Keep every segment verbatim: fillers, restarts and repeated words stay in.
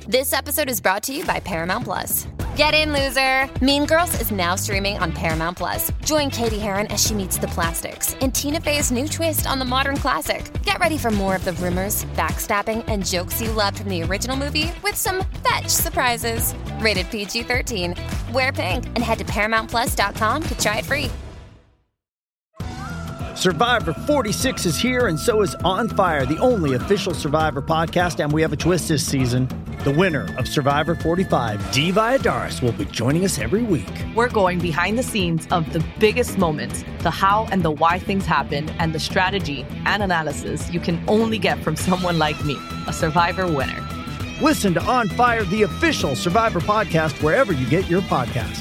This episode is brought to you by Paramount Plus. Get in, loser! Mean Girls is now streaming on Paramount Plus. Join Katie Heron as she meets the plastics in Tina Fey's new twist on the modern classic. Get ready for more of the rumors, backstabbing, and jokes you loved from the original movie with some fetch surprises. Rated P G thirteen. Wear pink and head to paramount plus dot com to try it free. Survivor forty-six is here, and so is On Fire, the only official Survivor podcast, and we have a twist this season. The winner of Survivor forty-five, Dee Valladares, will be joining us every week. We're going behind the scenes of the biggest moments, the how and the why things happen, and the strategy and analysis you can only get from someone like me, a Survivor winner. Listen to On Fire, the official Survivor podcast, wherever you get your podcast.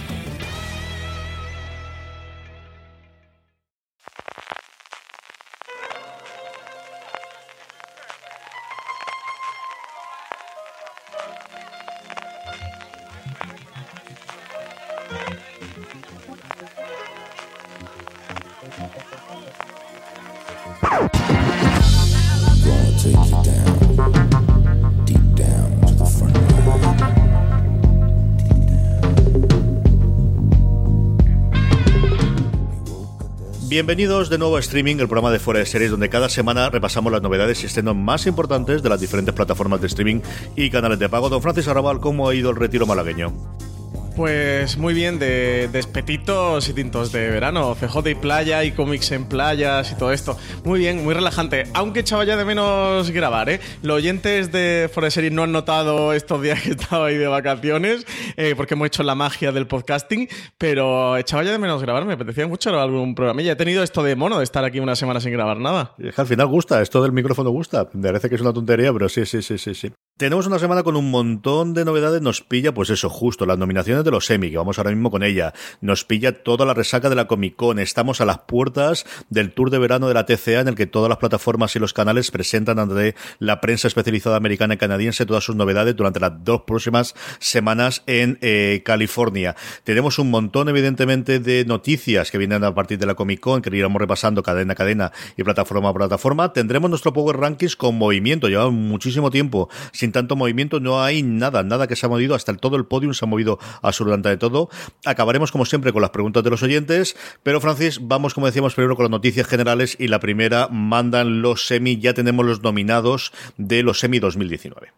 Bienvenidos de nuevo a Streaming, el programa de Fuera de Series, donde cada semana repasamos las novedades y estrenos más importantes de las diferentes plataformas de streaming y canales de pago. Don Francis Arrabal, ¿cómo ha ido el retiro malagueño? Pues muy bien, de despetitos y tintos de verano, C J y playa y cómics en playas y todo esto. Muy bien, muy relajante, aunque echaba ya de menos grabar, ¿eh? Los oyentes de Fuera de Series no han notado estos días que estaba ahí de vacaciones, eh, porque hemos hecho la magia del podcasting, pero echaba ya de menos grabar, me apetecía mucho grabar algún programilla. He tenido esto de mono, de estar aquí una semana sin grabar nada. Es que al final gusta, esto del micrófono gusta. Me parece que es una tontería, pero sí, sí, sí, sí, sí. Tenemos una semana con un montón de novedades, nos pilla, pues eso, justo, las nominaciones de los Emmy, que vamos ahora mismo con ella. Nos pilla toda la resaca de la Comic Con. Estamos a las puertas del tour de verano de la T C A, en el que todas las plataformas y los canales presentan ante la prensa especializada americana y canadiense todas sus novedades durante las dos próximas semanas en eh, California. Tenemos un montón, evidentemente, de noticias que vienen a partir de la Comic Con, que iremos repasando cadena a cadena y plataforma a plataforma. Tendremos nuestro Power Rankings con movimiento. Llevamos muchísimo tiempo sin tanto movimiento, no hay nada, nada que se ha movido, hasta el, todo el podium se ha movido absolutamente de todo. Acabaremos como siempre con las preguntas de los oyentes, pero Francis, vamos como decíamos primero con las noticias generales, y la primera, mandan los Emmy, ya tenemos los nominados de los Emmy dos mil diecinueve.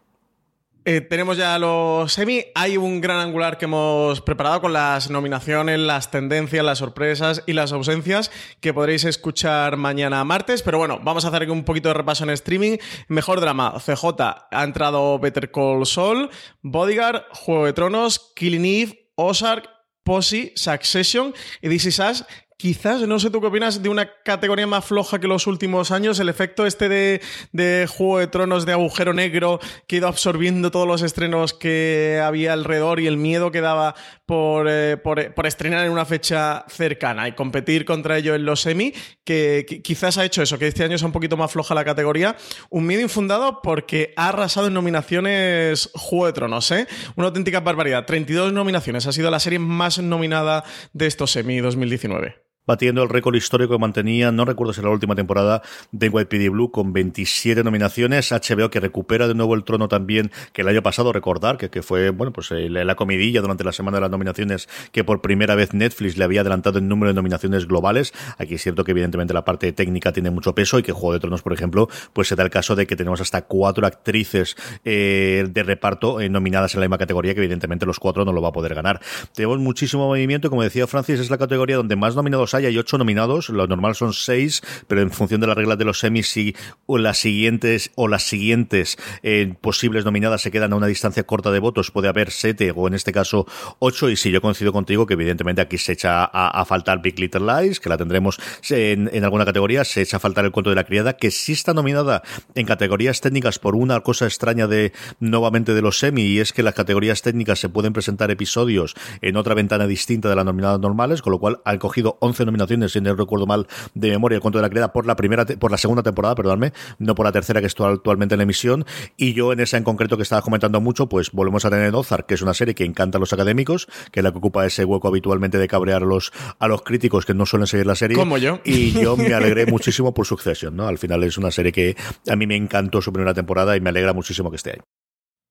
Eh, tenemos ya los Emmy. Hay un gran angular que hemos preparado con las nominaciones, las tendencias, las sorpresas y las ausencias, que podréis escuchar mañana martes. Pero bueno, vamos a hacer aquí un poquito de repaso en streaming. Mejor drama, C J, ha entrado Better Call Saul, Bodyguard, Juego de Tronos, Killing Eve, Ozark, Posse, Succession y This Is Us. Quizás, no sé tú qué opinas, de una categoría más floja que los últimos años, el efecto este de, de Juego de Tronos, de agujero negro, que ha ido absorbiendo todos los estrenos que había alrededor y el miedo que daba por, eh, por, por estrenar en una fecha cercana y competir contra ello en los Emmy, que, que quizás ha hecho eso, que este año es un poquito más floja la categoría. Un miedo infundado porque ha arrasado en nominaciones Juego de Tronos, ¿eh? Una auténtica barbaridad. treinta y dos nominaciones, ha sido la serie más nominada de estos Emmy dos mil diecinueve. Batiendo el récord histórico que mantenía, no recuerdo si era la última temporada de N Y P D Blue, con veintisiete nominaciones. H B O, que recupera de nuevo el trono también, que el año pasado, recordar que, que fue, bueno, pues eh, la comidilla durante la semana de las nominaciones, que por primera vez Netflix le había adelantado el número de nominaciones globales. Aquí es cierto que evidentemente la parte técnica tiene mucho peso, y que Juego de Tronos, por ejemplo, pues se da el caso de que tenemos hasta cuatro actrices eh, de reparto eh, nominadas en la misma categoría, que evidentemente los cuatro no lo va a poder ganar. Tenemos muchísimo movimiento, como decía Francis, es la categoría donde más nominados hay. Hay ocho nominados, lo normal son seis, pero en función de las reglas de los Emmy, si o las siguientes o las siguientes eh, posibles nominadas se quedan a una distancia corta de votos, puede haber siete o en este caso ocho. Y si yo coincido contigo que evidentemente aquí se echa a, a faltar Big Little Lies, que la tendremos en, en alguna categoría, se echa a faltar El Cuento de la Criada, que sí está nominada en categorías técnicas por una cosa extraña de nuevamente de los Emmy, y es que las categorías técnicas se pueden presentar episodios en otra ventana distinta de las nominadas normales, con lo cual han cogido once nominaciones, si no recuerdo mal de memoria, El Cuento de la Criada por la primera te- por la segunda temporada, perdóname, no por la tercera que está actualmente en la emisión. Y yo en esa en concreto que estaba comentando mucho, pues volvemos a tener Ozark, que es una serie que encanta a los académicos, que es la que ocupa ese hueco habitualmente de cabrear a los, a los críticos que no suelen seguir la serie. Como yo. Y yo me alegré muchísimo por Succession, ¿no? Al final es una serie que a mí me encantó su primera temporada y me alegra muchísimo que esté ahí.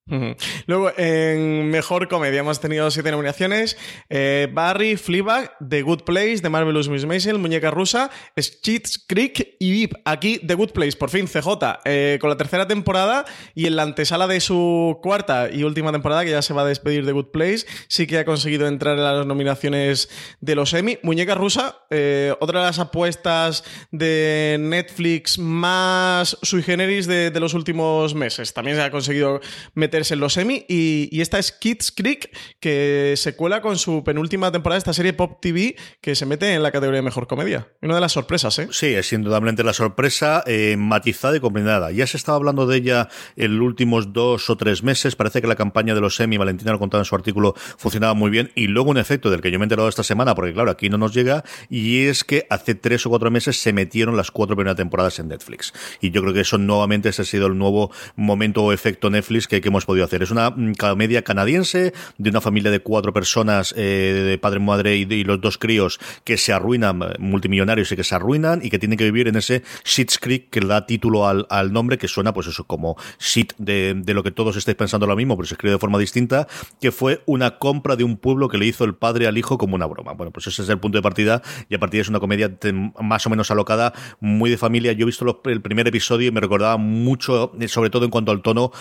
Uh-huh. Luego, en Mejor Comedia hemos tenido siete nominaciones. Eh, Barry, Fleabag, The Good Place, The Marvelous Miss Maisel, Muñeca Rusa, Schitt's Creek y V I P. Aquí, The Good Place, por fin, C J, eh, con la tercera temporada y en la antesala de su cuarta y última temporada, que ya se va a despedir The Good Place, sí que ha conseguido entrar en las nominaciones de los Emmy. Muñeca Rusa, eh, otra de las apuestas de Netflix más sui generis de, de los últimos meses. También se ha conseguido meter en los Emmy y, y esta es Schitt's Creek, que se cuela con su penúltima temporada de esta serie Pop T V que se mete en la categoría de Mejor Comedia. Una de las sorpresas, ¿eh? Sí, es indudablemente la sorpresa, eh, matizada y combinada. Ya se estaba hablando de ella en los últimos dos o tres meses. Parece que la campaña de los Emmy, Valentina lo contaba en su artículo, funcionaba muy bien. Y luego un efecto del que yo me he enterado esta semana, porque claro, aquí no nos llega, y es que hace tres o cuatro meses se metieron las cuatro primeras temporadas en Netflix. Y yo creo que eso nuevamente ese ha sido el nuevo momento o efecto Netflix que, que hemos podido hacer. Es una comedia canadiense de una familia de cuatro personas, eh, de padre, madre y, y los dos críos, que se arruinan, multimillonarios y que se arruinan y que tienen que vivir en ese Schitt's Creek que le da título al, al nombre, que suena pues eso como shit de, de lo que todos estáis pensando lo mismo, pero se escribe de forma distinta, que fue una compra de un pueblo que le hizo el padre al hijo como una broma. Bueno, pues ese es el punto de partida y a partir de es una comedia más o menos alocada, muy de familia. Yo he visto los, el primer episodio y me recordaba mucho, sobre todo en cuanto al tono,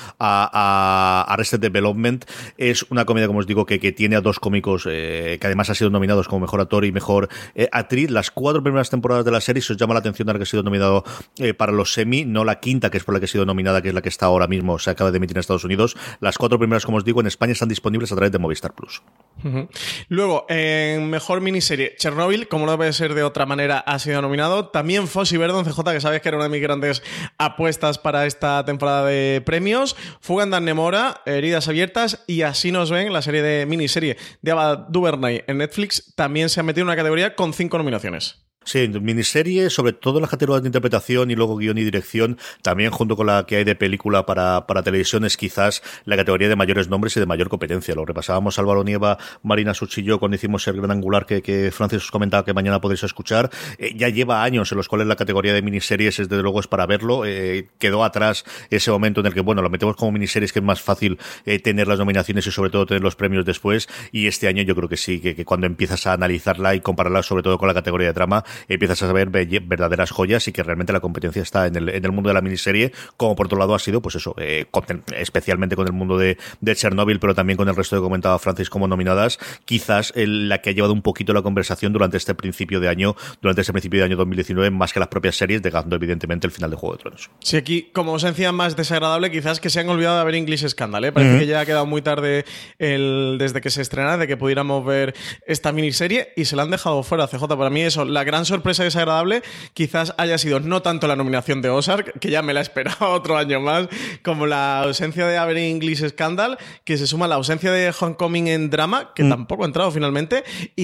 a, a Arrested Development. Es una comedia, como os digo, que, que tiene a dos cómicos eh, que además han sido nominados como mejor actor y mejor eh, actriz. Las cuatro primeras temporadas de la serie, si os llama la atención ahora que ha sido nominado eh, para los Emmy, no la quinta, que es por la que ha sido nominada, que es la que está ahora mismo, se acaba de emitir en Estados Unidos. Las cuatro primeras, como os digo, en España están disponibles a través de Movistar Plus. Uh-huh. Luego, en mejor miniserie, Chernobyl, como no debe ser de otra manera, ha sido nominado. También Fossey Verdon, C J, que sabes que era una de mis grandes apuestas para esta temporada de premios. Fugan Dan Nemora, Heridas Abiertas, y Así nos ven, la serie de miniserie de Ava DuVernay en Netflix, también se ha metido en una categoría con cinco nominaciones. Sí, miniserie, sobre todo en las categorías de interpretación y luego guión y dirección, también junto con la que hay de película para, para televisión, es quizás la categoría de mayores nombres y de mayor competencia. Lo repasábamos Álvaro Nieva, Marina Such y yo cuando hicimos el gran angular que, que Francis os comentaba que mañana podréis escuchar. Eh, ya lleva años en los cuales la categoría de miniseries, desde luego, es para verlo. Eh, quedó atrás ese momento en el que, bueno, lo metemos como miniseries, que es más fácil eh, tener las nominaciones y sobre todo tener los premios después. Y este año yo creo que sí, que, que cuando empiezas a analizarla y compararla sobre todo con la categoría de drama, empiezas a ver verdaderas joyas y que realmente la competencia está en el, en el mundo de la miniserie, como por otro lado ha sido, pues eso, eh, con, especialmente con el mundo de, de Chernobyl, pero también con el resto que comentaba Francis como nominadas, quizás el, la que ha llevado un poquito la conversación durante este principio de año, durante este principio de año dos mil diecinueve, más que las propias series, dejando evidentemente el final de Juego de Tronos. Sí, aquí como ausencia más desagradable, quizás que se han olvidado de ver English Scandal, ¿eh? Parece uh-huh. que ya ha quedado muy tarde el, desde que se estrenara, de que pudiéramos ver esta miniserie y se la han dejado fuera, C J. Para mí eso, la gran sorpresa desagradable quizás haya sido no tanto la nominación de Ozark, que ya me la esperaba otro año más, como la ausencia de Avery English Scandal, que se suma a la ausencia de Homecoming en drama, que mm. tampoco ha entrado finalmente,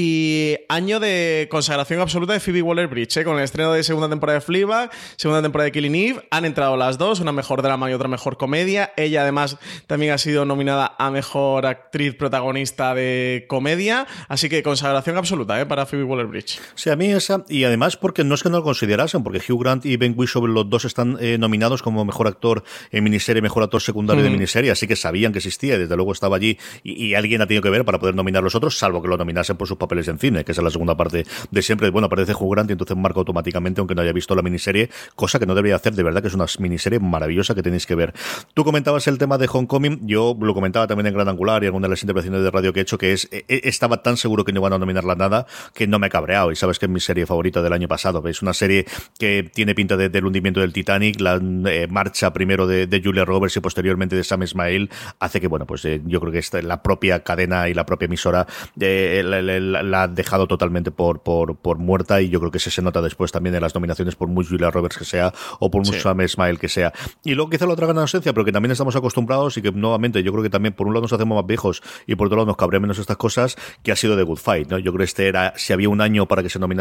y año de consagración absoluta de Phoebe Waller-Bridge, ¿eh? Con el estreno de segunda temporada de Fleabag, segunda temporada de Killing Eve, han entrado las dos, una mejor drama y otra mejor comedia. Ella además también ha sido nominada a mejor actriz protagonista de comedia, así que consagración absoluta, ¿eh? Para Phoebe Waller-Bridge. Sí, a mí esa, y además porque no es que no lo considerasen, porque Hugh Grant y Ben Whishaw, los dos están eh, nominados como mejor actor en miniserie, mejor actor secundario mm. de miniserie, así que sabían que existía y desde luego estaba allí y, y alguien ha tenido que ver para poder nominar a los otros, salvo que lo nominasen por sus papeles en cine, que esa es la segunda parte de siempre. Bueno, aparece Hugh Grant y entonces marca automáticamente, aunque no haya visto la miniserie, cosa que no debería hacer, de verdad que es una miniserie maravillosa que tenéis que ver. Tú comentabas el tema de Homecoming, yo lo comentaba también en Gran Angular y en alguna de las intervenciones de radio que he hecho, que es, eh, estaba tan seguro que no iban a nominarla nada, que no me he cabreado, y sabes que es mi serie favorita del año pasado. Es una serie que tiene pinta de, del hundimiento del Titanic, la eh, marcha primero de, de Julia Roberts y posteriormente de Sam Esmail hace que, bueno, pues eh, yo creo que esta, la propia cadena y la propia emisora eh, la, la, la ha dejado totalmente por, por, por muerta, y yo creo que se, se nota después también en las nominaciones, por muy Julia Roberts que sea o por muy sí. Sam Esmail que sea. Y luego quizá la otra gran ausencia, pero que también estamos acostumbrados y que nuevamente yo creo que también por un lado nos hacemos más viejos y por otro lado nos cabrea menos estas cosas, que ha sido The Good Fight, ¿no? Yo creo que este era, si había un año para que se nominase The Good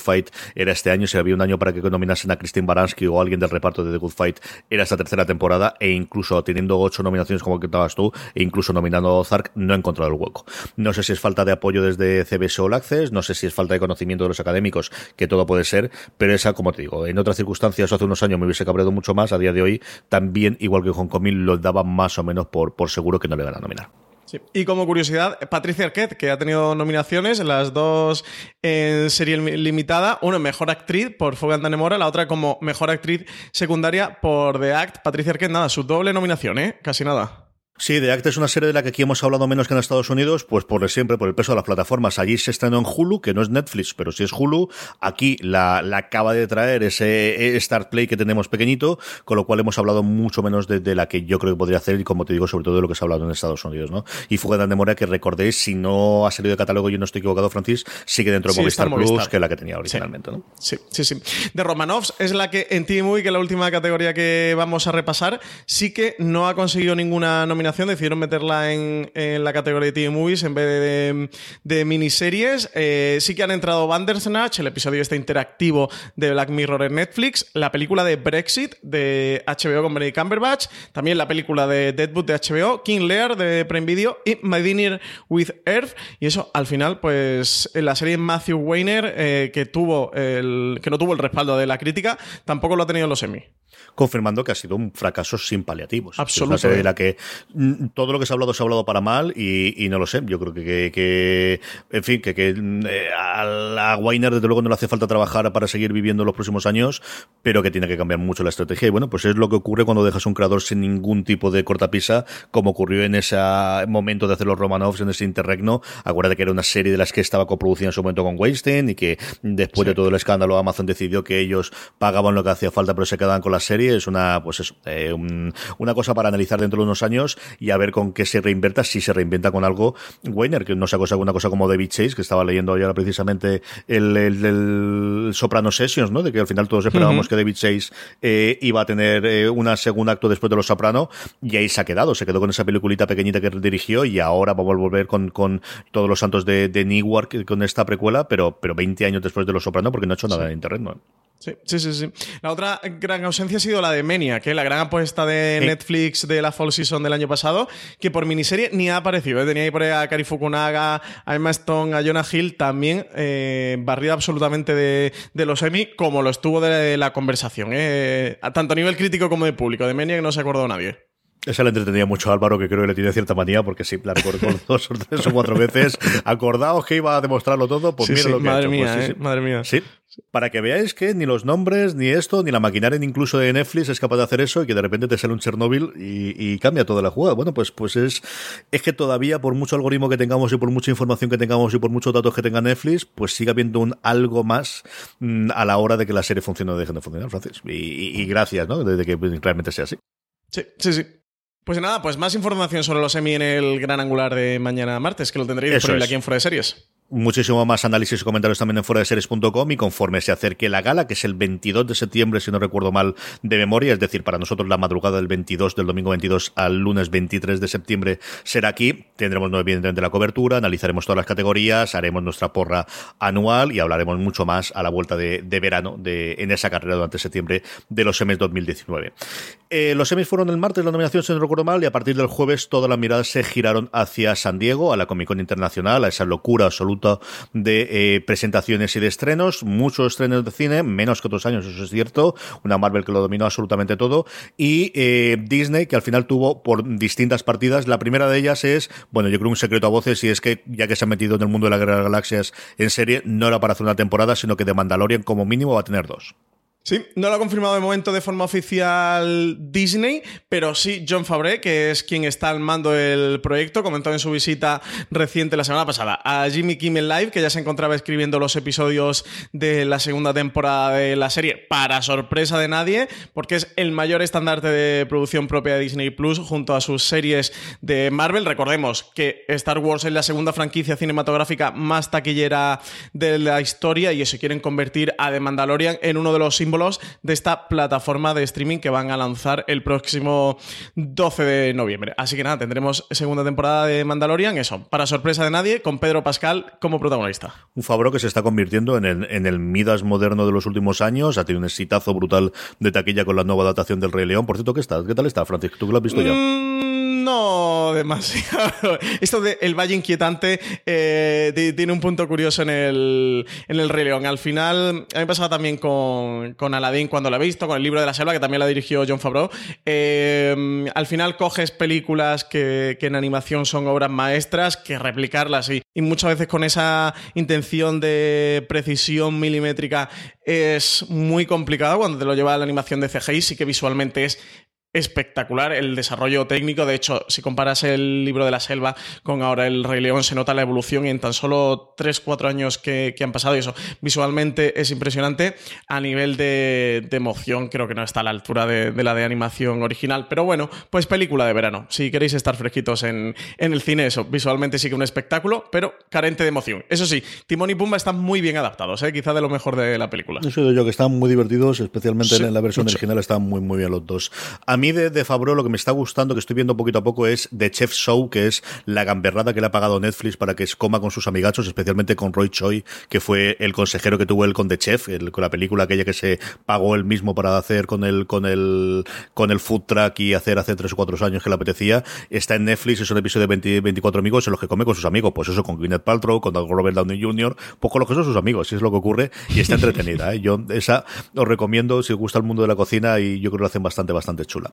Fight era este año, si había un año para que nominasen a Christine Baranski o a alguien del reparto de The Good Fight, era esta tercera temporada, e incluso teniendo ocho nominaciones como que estabas tú, e incluso nominando a Ozark, no ha encontrado el hueco. No sé si es falta de apoyo desde C B S All Access, no sé si es falta de conocimiento de los académicos, que todo puede ser, pero esa, como te digo, en otras circunstancias hace unos años me hubiese cabreado mucho más. A día de hoy también, igual que Homecoming, lo daba más o menos por, por seguro que no le van a nominar. Sí. Y como curiosidad, Patricia Arquette, que ha tenido nominaciones, las dos en serie limitada, una mejor actriz por Fog and Danemora, la otra como mejor actriz secundaria por The Act. Patricia Arquette, nada, su doble nominación, ¿eh? Casi nada. Sí, The Act es una serie de la que aquí hemos hablado menos que en Estados Unidos, pues por siempre, por el peso de las plataformas. Allí se estrenó en Hulu, que no es Netflix, pero sí es Hulu. Aquí la, la acaba de traer ese Start Play que tenemos pequeñito, con lo cual hemos hablado mucho menos de, de la que yo creo que podría hacer, y como te digo, sobre todo de lo que se ha hablado en Estados Unidos, ¿no? Y Fuga de Memoria, que recordéis, si no ha salido de catálogo, yo no estoy equivocado, Francis, sigue dentro de sí, Movistar Plus, Movistar, que es la que tenía originalmente, sí. ¿no? Sí, sí, sí. The Romanovs es la que en T V Movie, que es la última categoría que vamos a repasar, sí que no ha conseguido ninguna nominación, decidieron meter En, en la categoría de T V Movies en vez de, de, de miniseries. Eh, sí que han entrado Bandersnatch, el episodio este interactivo de Black Mirror en Netflix, la película de Brexit de H B O con Benedict Cumberbatch, también la película de Deadwood de H B O, King Lear de Prime Video y My Dinner with Earth. Y eso, al final, pues en la serie Matthew Weiner, eh, que, tuvo el, que no tuvo el respaldo de la crítica, tampoco lo ha tenido en los Emmy. Confirmando que ha sido un fracaso sin paliativos. Absoluto. Es una serie de la que mm, todo lo que se ha hablado se ha hablado para mal, y, y no lo sé. Yo creo que, que, que en fin, que, que eh, a la Weiner desde luego no le hace falta trabajar para seguir viviendo los próximos años, pero que tiene que cambiar mucho la estrategia. Y bueno, pues es lo que ocurre cuando dejas un creador sin ningún tipo de cortapisa, como ocurrió en ese momento de hacer los Romanovs, en ese interregno. Acuérdate que era una serie de las que estaba coproducida en su momento con Weinstein, y que después sí. de todo el escándalo Amazon decidió que ellos pagaban lo que hacía falta, pero se quedaban con la serie. Es una, pues eso, eh, un, una cosa para analizar dentro de unos años y a ver con qué se reinventa, si se reinventa con algo. Weiner, que no sacó una cosa como David Chase, que estaba leyendo ahora precisamente el, el, el Soprano Sessions, ¿no? De que al final todos esperábamos uh-huh. que David Chase eh, iba a tener eh, una segunda acto después de Los Soprano, y ahí se ha quedado, se quedó con esa peliculita pequeñita que dirigió, y ahora vamos a volver con, con Todos los Santos de, de Newark, con esta precuela, pero, pero veinte años después de Los Soprano, porque no ha hecho nada sí. en internet, ¿no? Sí, sí, sí, sí. La otra gran ausencia ha sido la de Maniac, que la gran apuesta de sí. Netflix de la Fall Season del año pasado, que por miniserie ni ha aparecido. ¿eh? Tenía ahí por ahí a Cary Fukunaga, a Emma Stone, a Jonah Hill, también eh, barrida absolutamente de, de los Emmy, como lo estuvo de la conversación, ¿eh? tanto a nivel crítico como de público. De Maniac no se acordó nadie. Esa le entretenía mucho a Álvaro, que creo que le tiene cierta manía, porque sí, la recuerdo dos o tres o cuatro veces. Acordaos que iba a demostrarlo todo, pues sí, mira sí, lo que madre ha hecho. Mía, pues, sí, eh, sí. Madre mía, sí. Para que veáis que ni los nombres, ni esto, ni la maquinaria incluso de Netflix es capaz de hacer eso, y que de repente te sale un Chernobyl y, y cambia toda la jugada. Bueno, pues, pues es, es que todavía, por mucho algoritmo que tengamos y por mucha información que tengamos y por muchos datos que tenga Netflix, pues sigue habiendo un algo más mmm, a la hora de que la serie funcione o deje de funcionar, Francis. Y, y, y gracias, ¿no? De que realmente sea así. Sí, sí, sí. Pues nada, pues más información sobre los Emmy en el Gran Angular de mañana martes, que lo tendréis disponible aquí en Fuera de Series. Muchísimo más análisis y comentarios también en fuera de series punto com, y conforme se acerque la gala, que es el veintidós de septiembre, si no recuerdo mal de memoria, es decir, para nosotros la madrugada del veintidós, del domingo veintidós al lunes veintitrés de septiembre será aquí. Tendremos evidentemente la cobertura, analizaremos todas las categorías, haremos nuestra porra anual y hablaremos mucho más a la vuelta de, de verano de, en esa carrera durante septiembre de los Emmys dos mil diecinueve. Eh, los Emmys fueron el martes, la nominación, si no recuerdo mal, y a partir del jueves todas las miradas se giraron hacia San Diego, a la Comic Con Internacional, a esa locura absoluta de eh, presentaciones y de estrenos, muchos estrenos de cine, menos que otros años, eso es cierto, una Marvel que lo dominó absolutamente todo, y eh, Disney, que al final tuvo por distintas partidas. La primera de ellas es, bueno, yo creo un secreto a voces, y es que ya que se ha metido en el mundo de la Guerra de las Galaxias en serie, no era para hacer una temporada, sino que de Mandalorian como mínimo va a tener dos. Sí, no lo ha confirmado de momento de forma oficial Disney, pero sí Jon Favreau, que es quien está al mando del proyecto, comentó en su visita reciente la semana pasada a Jimmy Kimmel Live, que ya se encontraba escribiendo los episodios de la segunda temporada de la serie, para sorpresa de nadie, porque es el mayor estandarte de producción propia de Disney Plus junto a sus series de Marvel. Recordemos que Star Wars es la segunda franquicia cinematográfica más taquillera de la historia, y eso quieren convertir a The Mandalorian en uno de los símbolos símbolos de esta plataforma de streaming que van a lanzar el próximo doce de noviembre. Así que nada, tendremos segunda temporada de Mandalorian, eso, para sorpresa de nadie, con Pedro Pascal como protagonista. Un Favreau que se está convirtiendo en el, en el Midas moderno de los últimos años, ha tenido un exitazo brutal de taquilla con la nueva adaptación del Rey León. Por cierto, ¿qué, está? ¿Qué tal está, Francis? ¿Tú que lo has visto ya? Mm... No demasiado. Esto de El Valle Inquietante eh, de, tiene un punto curioso en el, en el Rey León. Al final, a mí me pasaba también con, con Aladdin cuando la he visto, con el Libro de la Selva, que también la dirigió Jon Favreau. Eh, al final coges películas que, que en animación son obras maestras, que replicarlas y, y muchas veces con esa intención de precisión milimétrica es muy complicado cuando te lo lleva a la animación de C G I. Sí que visualmente es espectacular el desarrollo técnico. De hecho, si comparas el Libro de la Selva con ahora el Rey León, se nota la evolución en tan solo tres cuatro años que, que han pasado, y eso visualmente es impresionante. A nivel de, de emoción creo que no está a la altura de, de la de animación original, pero bueno, pues película de verano. Si queréis estar fresquitos en, en el cine, eso, visualmente sí que un espectáculo, pero carente de emoción. Eso sí, Timón y Pumba están muy bien adaptados, ¿eh? Quizá de lo mejor de la película. Eso digo yo, que están muy divertidos, especialmente sí, en la versión mucho. original están muy muy bien los dos. A mí de, de Favreau lo que me está gustando, que estoy viendo poquito a poco, es The Chef Show, que es la gamberrada que le ha pagado Netflix para que coma con sus amigachos, especialmente con Roy Choi, que fue el consejero que tuvo él con The Chef, el, con la película aquella que se pagó él mismo para hacer con el con el con el food truck y hacer hace tres o cuatro años que le apetecía. Está en Netflix, es un episodio de veinte, veinticuatro amigos en los que come con sus amigos, pues eso, con Gwyneth Paltrow, con Robert Downey junior, pues con los que son sus amigos, si es lo que ocurre, y está entretenida, ¿eh? Yo esa os recomiendo si os gusta el mundo de la cocina, y yo creo que lo hacen bastante, bastante chula.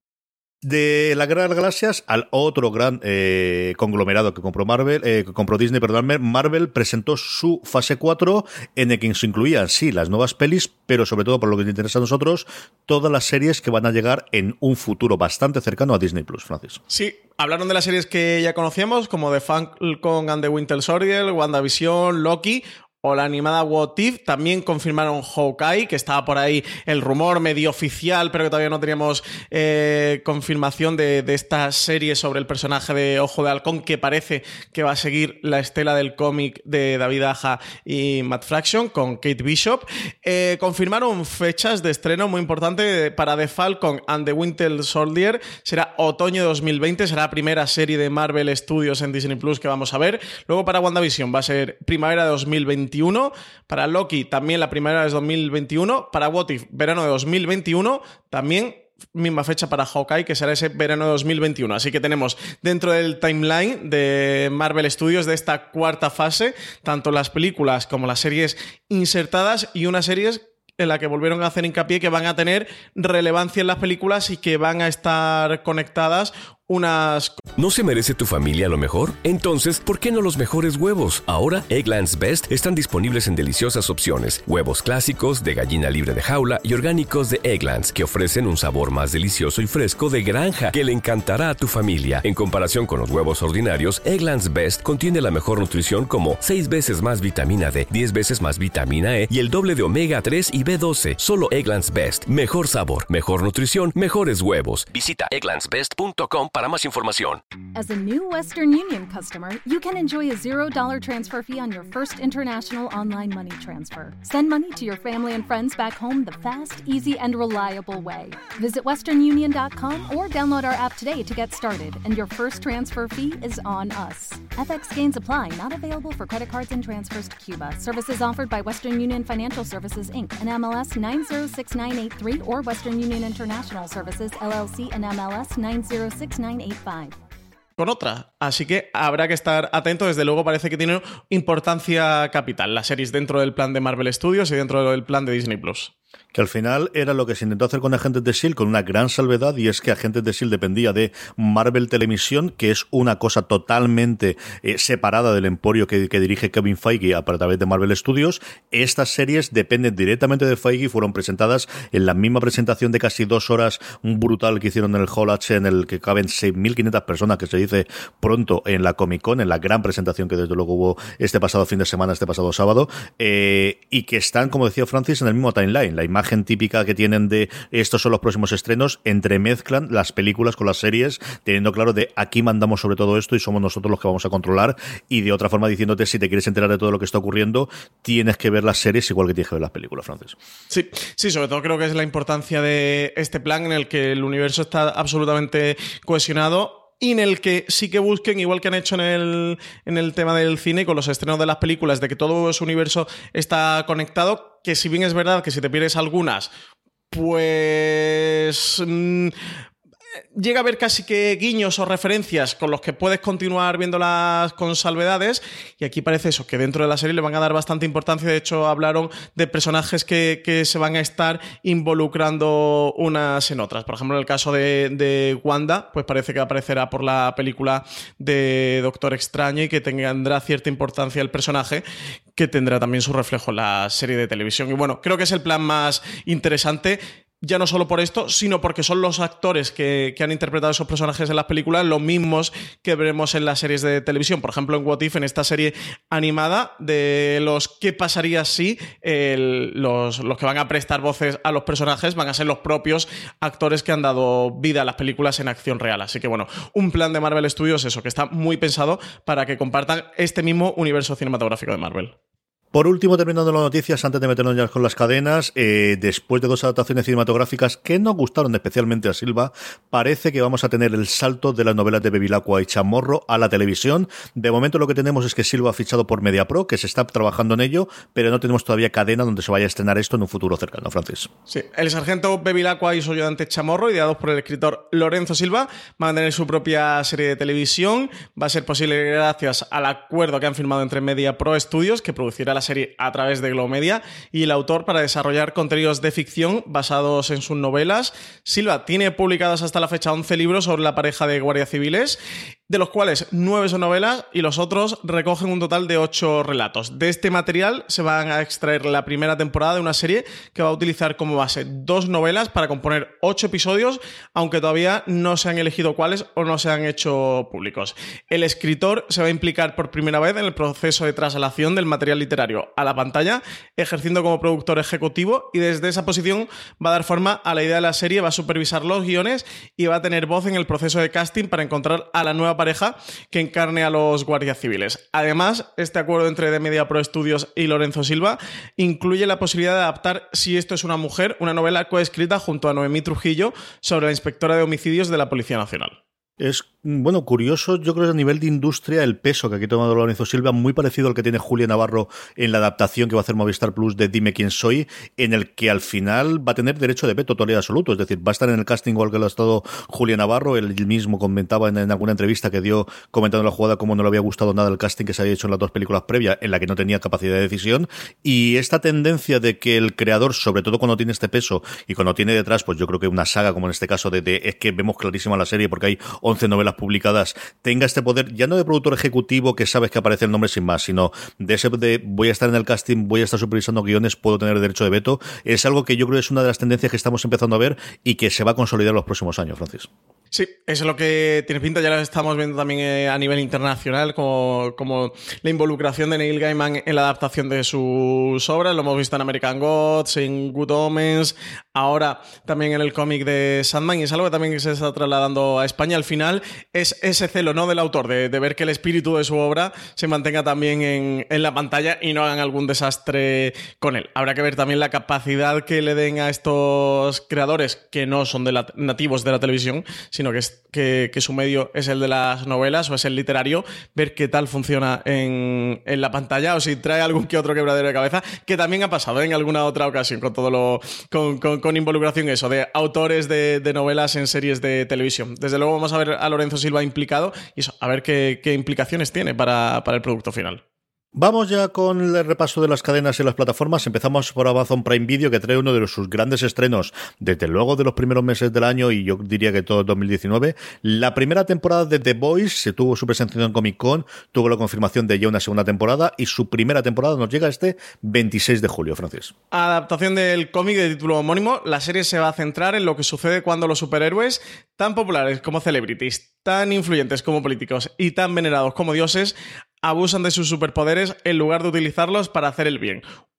De la Guerra de las Galaxias al otro gran eh, conglomerado que compró Marvel, eh, que compró Disney, perdón, Marvel presentó su fase cuatro, en el que se incluían, sí, las nuevas pelis, pero sobre todo, por lo que nos interesa a nosotros, todas las series que van a llegar en un futuro bastante cercano a Disney Plus, Francis. Sí, hablaron de las series que ya conocíamos, como The Falcon and the Winter Soldier, WandaVision, Loki, o la animada What If. También confirmaron Hawkeye, que estaba por ahí el rumor medio oficial, pero que todavía no teníamos eh, confirmación de, de esta serie sobre el personaje de Ojo de Halcón, que parece que va a seguir la estela del cómic de David Aja y Matt Fraction con Kate Bishop. Eh, confirmaron fechas de estreno muy importante para The Falcon and the Winter Soldier. Será otoño de dos mil veinte, será la primera serie de Marvel Studios en Disney Plus que vamos a ver. Luego para WandaVision va a ser primavera de dos mil veintiuno. Para Loki también la primavera de dos mil veintiuno. Para What If, verano de dos mil veintiuno. También misma fecha para Hawkeye, que será ese verano de dos mil veintiuno. Así que tenemos dentro del timeline de Marvel Studios de esta cuarta fase tanto las películas como las series insertadas, y unas series en la que volvieron a hacer hincapié que van a tener relevancia en las películas y que van a estar conectadas unas... ¿No se merece tu familia lo mejor? Entonces, ¿por qué no los mejores huevos? Ahora, Eggland's Best están disponibles en deliciosas opciones. Huevos clásicos, de gallina libre de jaula y orgánicos de Eggland's, que ofrecen un sabor más delicioso y fresco de granja que le encantará a tu familia. En comparación con los huevos ordinarios, Eggland's Best contiene la mejor nutrición, como seis veces más vitamina D, diez veces más vitamina E y el doble de omega tres y B doce. Solo Eggland's Best. Mejor sabor, mejor nutrición, mejores huevos. Visita egglands best punto com para más información. As a new Western Union customer, you can enjoy a zero dollar transfer fee on your first international online money transfer. Send money to your family and friends back home the fast, easy, and reliable way. Visit western union dot com or download our app today to get started, and your first transfer fee is on us. F X gains apply, not available for credit cards and transfers to Cuba. Services offered by Western Union Financial Services, Incorporated, and M L S nine zero six nine eight three, or Western Union International Services, L L C, and M L S nine zero six nine eight five. Con otra, así que habrá que estar atento. Desde luego parece que tiene importancia capital las series dentro del plan de Marvel Studios y dentro del plan de Disney Plus. Que al final era lo que se intentó hacer con Agentes de S H I E L D, con una gran salvedad, y es que Agentes de S H I E L D dependía de Marvel Televisión, que es una cosa totalmente eh, separada del emporio que, que dirige Kevin Feige a través de Marvel Studios. Estas series dependen directamente de Feige y fueron presentadas en la misma presentación de casi dos horas brutal que hicieron en el Hall H, en el que caben seis mil quinientas personas, que se dice pronto, en la Comic Con, en la gran presentación que desde luego hubo este pasado fin de semana, este pasado sábado, eh, y que están, como decía Francis, en el mismo timeline. La la imagen típica que tienen de estos son los próximos estrenos, entremezclan las películas con las series, teniendo claro de aquí mandamos sobre todo esto y somos nosotros los que vamos a controlar, y de otra forma diciéndote si te quieres enterar de todo lo que está ocurriendo, tienes que ver las series igual que tienes que ver las películas, Francis. Sí, sí, sobre todo creo que es la importancia de este plan en el que el universo está absolutamente cohesionado y en el que sí que busquen, igual que han hecho en el, en el tema del cine, con los estrenos de las películas, de que todo ese universo está conectado, que si bien es verdad que si te pierdes algunas, pues Mmm, llega a haber casi que guiños o referencias con los que puedes continuar viéndolas con salvedades, y aquí parece eso, que dentro de la serie le van a dar bastante importancia. De hecho, hablaron de personajes que, que se van a estar involucrando unas en otras. Por ejemplo, en el caso de, de Wanda, pues parece que aparecerá por la película de Doctor Extraño y que tendrá cierta importancia el personaje, que tendrá también su reflejo en la serie de televisión. Y bueno, creo que es el plan más interesante, ya no solo por esto, sino porque son los actores que, que han interpretado esos personajes en las películas los mismos que veremos en las series de televisión. Por ejemplo, en What If, en esta serie animada de los qué pasaría si el, los, los que van a prestar voces a los personajes van a ser los propios actores que han dado vida a las películas en acción real. Así que bueno, un plan de Marvel Studios, eso, que está muy pensado para que compartan este mismo universo cinematográfico de Marvel. Por último, terminando las noticias, antes de meternos ya con las cadenas, eh, después de dos adaptaciones cinematográficas que nos gustaron especialmente a Silva, parece que vamos a tener el salto de las novelas de Bevilacqua y Chamorro a la televisión. De momento lo que tenemos es que Silva ha fichado por MediaPro, que se está trabajando en ello, pero no tenemos todavía cadena donde se vaya a estrenar esto en un futuro cercano, Francis. Sí, el sargento Bevilacqua y su ayudante Chamorro, ideados por el escritor Lorenzo Silva, van a tener su propia serie de televisión. Va a ser posible gracias al acuerdo que han firmado entre MediaPro Studios, que producirá la serie a través de Globo Media, y el autor para desarrollar contenidos de ficción basados en sus novelas. Silva tiene publicados hasta la fecha once libros sobre la pareja de guardias civiles, de los cuales nueve son novelas y los otros recogen un total de ocho relatos. De este material se van a extraer la primera temporada de una serie que va a utilizar como base dos novelas para componer ocho episodios, aunque todavía no se han elegido cuáles o no se han hecho públicos. El escritor se va a implicar por primera vez en el proceso de traslación del material literario a la pantalla, ejerciendo como productor ejecutivo, y desde esa posición va a dar forma a la idea de la serie, va a supervisar los guiones y va a tener voz en el proceso de casting para encontrar a la nueva pareja que encarne a los guardias civiles. Además, este acuerdo entre MediaPro Studios y Lorenzo Silva incluye la posibilidad de adaptar Si esto es una mujer, una novela coescrita junto a Noemí Trujillo sobre la inspectora de homicidios de la Policía Nacional. Es, bueno, curioso, yo creo que a nivel de industria el peso que aquí ha tomado Lorenzo Silva, muy parecido al que tiene Julia Navarro en la adaptación que va a hacer Movistar Plus de Dime quién soy, en el que al final va a tener derecho de veto total y absoluto, es decir, va a estar en el casting igual que lo ha estado Julia Navarro. Él mismo comentaba en, en alguna entrevista que dio comentando la jugada cómo no le había gustado nada el casting que se había hecho en las dos películas previas, en la que no tenía capacidad de decisión, y esta tendencia de que el creador, sobre todo cuando tiene este peso y cuando tiene detrás, pues yo creo que una saga como en este caso de, de es que vemos clarísima la serie porque hay once novelas publicadas, tenga este poder ya no de productor ejecutivo que sabes que aparece el nombre sin más, sino de ese de voy a estar en el casting, voy a estar supervisando guiones, puedo tener derecho de veto. Es algo que yo creo que es una de las tendencias que estamos empezando a ver y que se va a consolidar en los próximos años, Francis. Sí, eso es lo que tiene pinta, ya lo estamos viendo también eh, a nivel internacional, como, como la involucración de Neil Gaiman en la adaptación de sus obras. Lo hemos visto en American Gods, en Good Omens, ahora también en el cómic de Sandman, y es algo que también se está trasladando a España. Al final es ese celo, ¿no?, del autor, de, de ver que el espíritu de su obra se mantenga también en, en la pantalla y no hagan algún desastre con él. Habrá que ver también la capacidad que le den a estos creadores, que no son de la, nativos de la televisión, sino que, es, que, que su medio es el de las novelas o es el literario, ver qué tal funciona en, en la pantalla, o si trae algún que otro quebradero de cabeza, que también ha pasado en alguna otra ocasión con todo lo con, con, con involucración eso de autores de, de novelas en series de televisión. Desde luego vamos a ver a Lorenzo Silva implicado y eso, a ver qué, qué implicaciones tiene para, para el producto final. Vamos ya con el repaso de las cadenas y las plataformas. Empezamos por Amazon Prime Video, que trae uno de sus grandes estrenos desde luego de los primeros meses del año, y yo diría que todo dos mil diecinueve. La primera temporada de The Boys se tuvo su presentación en Comic Con, tuvo la confirmación de ya una segunda temporada, y su primera temporada nos llega este veintiséis de julio, Francis. Adaptación del cómic de título homónimo, la serie se va a centrar en lo que sucede cuando los superhéroes, tan populares como celebrities, tan influyentes como políticos y tan venerados como dioses, abusan de sus superpoderes en lugar de utilizarlos para hacer el bien.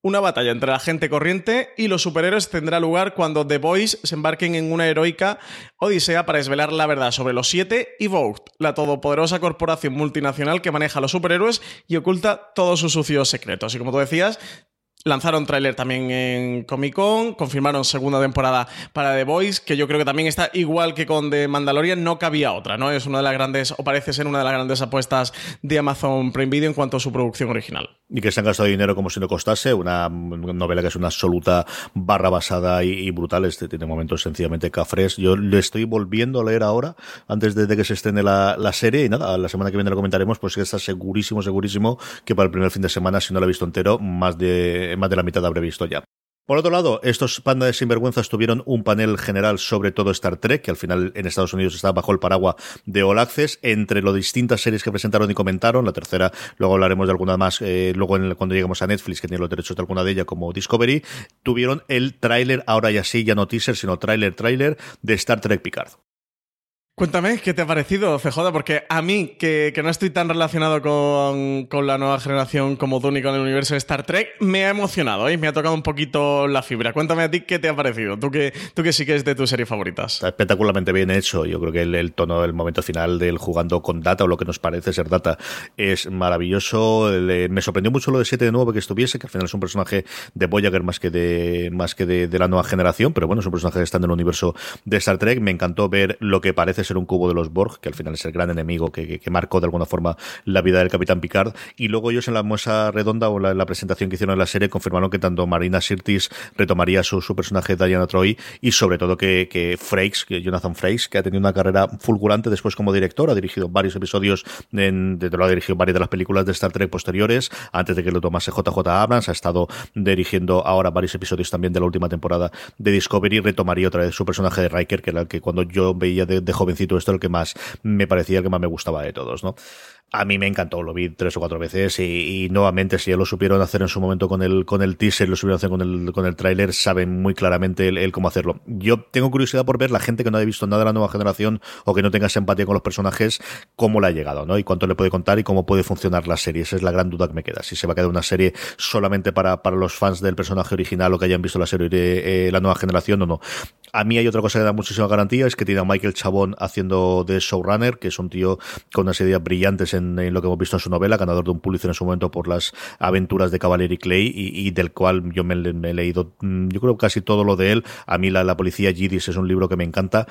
Una batalla entre la gente corriente y los superhéroes tendrá lugar cuando The Boys se embarquen en una heroica odisea para desvelar la verdad sobre los Siete y Vought, la todopoderosa corporación multinacional que maneja a los superhéroes y oculta todos sus sucios secretos. Y como tú decías, lanzaron tráiler también en Comic Con, confirmaron segunda temporada para The Boys, que yo creo que también está igual que con The Mandalorian, no cabía otra, ¿no? Es una de las grandes, o parece ser una de las grandes apuestas de Amazon Prime Video en cuanto a su producción original. Y que se han gastado dinero como si no costase, una novela que es una absoluta barra basada y, y brutal, este tiene momentos sencillamente cafres. Yo le estoy volviendo a leer ahora, antes de, de que se estrene la, la serie, y nada, la semana que viene lo comentaremos, pues que está segurísimo, segurísimo, que para el primer fin de semana, si no lo he visto entero, más de más de la mitad habré visto ya. Por otro lado, estos pandas de sinvergüenzas tuvieron un panel general sobre todo Star Trek, que al final en Estados Unidos está bajo el paraguas de All Access, entre las distintas series que presentaron y comentaron. La tercera, luego hablaremos de alguna más, eh, luego en el, cuando lleguemos a Netflix, que tiene los derechos de alguna de ellas, como Discovery, tuvieron el tráiler, ahora ya sí, ya no teaser, sino tráiler, tráiler de Star Trek Picard. Cuéntame, ¿qué te ha parecido, C J? Porque a mí, que, que no estoy tan relacionado con, con la nueva generación como tú ni con el universo de Star Trek, me ha emocionado, ¿eh? Me ha tocado un poquito la fibra. Cuéntame a ti qué te ha parecido, tú que, tú que sí que es de tus series favoritas. Está espectacularmente bien hecho. Yo creo que el, el tono del momento final del jugando con Data, o lo que nos parece ser Data, es maravilloso. Le, me sorprendió mucho lo de siete de nuevo que estuviese, que al final es un personaje de Voyager más que de más que de, de la nueva generación, pero bueno, es un personaje que está en el universo de Star Trek. Me encantó ver lo que parece ser un cubo de los Borg, que al final es el gran enemigo que, que, que marcó de alguna forma la vida del Capitán Picard. Y luego ellos en la mesa redonda o la, en la presentación que hicieron en la serie confirmaron que tanto Marina Sirtis retomaría su, su personaje Diana Troy, y sobre todo que, que Frakes, que Jonathan Frakes, que ha tenido una carrera fulgurante después como director, ha dirigido varios episodios, en, de, lo ha dirigido varias de las películas de Star Trek posteriores, antes de que lo tomase J J Abrams, ha estado dirigiendo ahora varios episodios también de la última temporada de Discovery, retomaría otra vez su personaje de Riker, que era el que cuando yo veía de, de jovencito esto el que más me parecía, el que más me gustaba de todos, ¿no? A mí me encantó, lo vi tres o cuatro veces y, y nuevamente, si ya lo supieron hacer en su momento con el con el teaser, lo supieron hacer con el con el tráiler, saben muy claramente el, el cómo hacerlo. Yo tengo curiosidad por ver la gente que no haya visto nada de la nueva generación o que no tenga esa empatía con los personajes, cómo le ha llegado, ¿no? Y cuánto le puede contar y cómo puede funcionar la serie. Esa es la gran duda que me queda. Si se va a quedar una serie solamente para, para los fans del personaje original o que hayan visto la serie de eh, la nueva generación o no. A mí hay otra cosa que da muchísima garantía, es que tiene a Michael Chabón haciendo de showrunner, que es un tío con unas ideas brillantes en, en lo que hemos visto en su novela, ganador de un Pulitzer en su momento por las aventuras de Cavalier y Clay, y, y del cual yo me, me he leído, yo creo casi todo lo de él. A mí la, la policía Yidis es un libro que me encanta,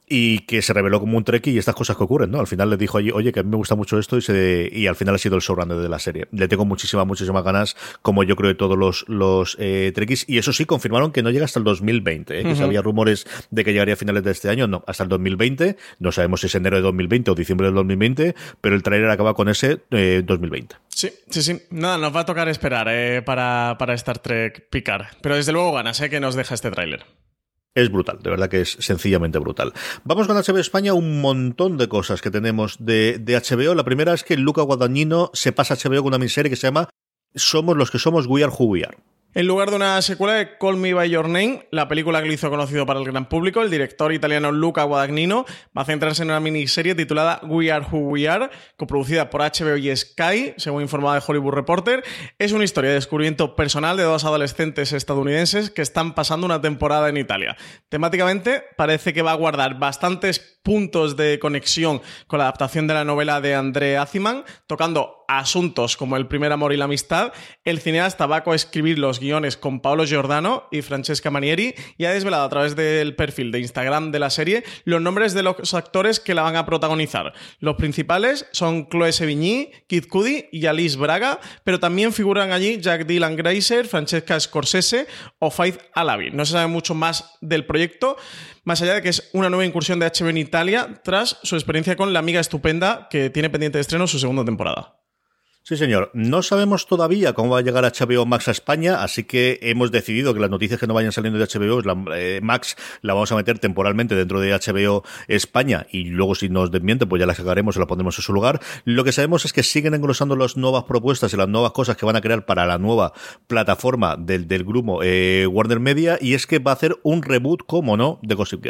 y que se reveló como un trekkie y estas cosas que ocurren, ¿no? Al final le dijo, oye, que a mí me gusta mucho esto, y se y al final ha sido el showrunner de la serie. Le tengo muchísimas, muchísimas ganas, como yo creo de todos los, los eh, trekkies, y eso sí, confirmaron que no llega hasta el dos mil veinte, ¿eh? Que uh-huh. Había rumores de que llegaría a finales de este año, no, hasta el dos mil veinte, no sabemos si es enero de dos mil veinte o diciembre del dos mil veinte, pero el tráiler acaba con ese eh, dos mil veinte. Sí, sí, sí. Nada, nos va a tocar esperar eh, para, para Star Trek Picard, pero desde luego ganas, eh, que nos deja este tráiler. Es brutal, de verdad que es sencillamente brutal. Vamos con H B O España, un montón de cosas que tenemos de, de H B O. La primera es que Luca Guadagnino se pasa a H B O con una miniserie que se llama Somos los que somos, We Are Who We Are. En lugar de una secuela de Call Me By Your Name, la película que lo hizo conocido para el gran público, el director italiano Luca Guadagnino va a centrarse en una miniserie titulada We Are Who We Are, coproducida por H B O y Sky, según informaba The Hollywood Reporter. Es una historia de descubrimiento personal de dos adolescentes estadounidenses que están pasando una temporada en Italia. Temáticamente parece que va a guardar bastantes puntos de conexión con la adaptación de la novela de André Aciman, tocando asuntos como el primer amor y la amistad. El cineasta va a coescribir los guiones con Paolo Giordano y Francesca Manieri, y ha desvelado a través del perfil de Instagram de la serie los nombres de los actores que la van a protagonizar. Los principales son Chloe Sevigny, Kid Cudi y Alice Braga, pero también figuran allí Jack Dylan Grazer, Francesca Scorsese o Faith Alavi. No se sabe mucho más del proyecto, más allá de que es una nueva incursión de H B O en Italia tras su experiencia con La Amiga Estupenda, que tiene pendiente de estreno su segunda temporada. Sí, señor. No sabemos todavía cómo va a llegar H B O Max a España, así que hemos decidido que las noticias que no vayan saliendo de H B O, la, eh, Max la vamos a meter temporalmente dentro de H B O España, y luego si nos desmiente pues ya la sacaremos y la pondremos en su lugar. Lo que sabemos es que siguen engrosando las nuevas propuestas y las nuevas cosas que van a crear para la nueva plataforma del, del grupo eh, Warner Media, y es que va a hacer un reboot, como no, de Gossip Girl.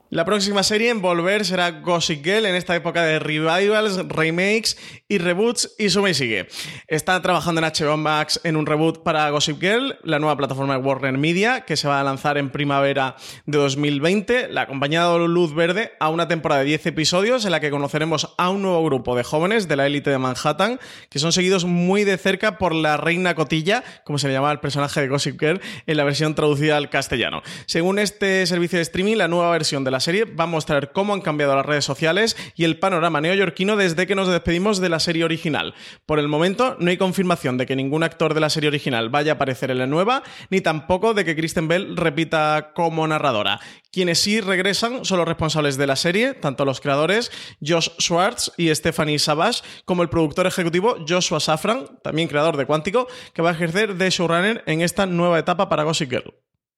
La próxima serie en volver será Gossip Girl en esta época de revivals, remakes y reboots, y suma y sigue. Está trabajando en H B O Max en un reboot para Gossip Girl, la nueva plataforma de Warner Media, que se va a lanzar en primavera de dos mil veinte. La compañía ha dado luz verde a una temporada de diez episodios en la que conoceremos a un nuevo grupo de jóvenes de la élite de Manhattan, que son seguidos muy de cerca por la Reina Cotilla, como se le llamaba el personaje de Gossip Girl en la versión traducida al castellano. Según este servicio de streaming, la nueva versión de la La serie va a mostrar cómo han cambiado las redes sociales y el panorama neoyorquino desde que nos despedimos de la serie original. Por el momento, no hay confirmación de que ningún actor de la serie original vaya a aparecer en la nueva, ni tampoco de que Kristen Bell repita como narradora. Quienes sí regresan son los responsables de la serie, tanto los creadores Josh Schwartz y Stephanie Savage, como el productor ejecutivo Joshua Safran, también creador de Cuántico, que va a ejercer de showrunner en esta nueva etapa para Gossip Girl.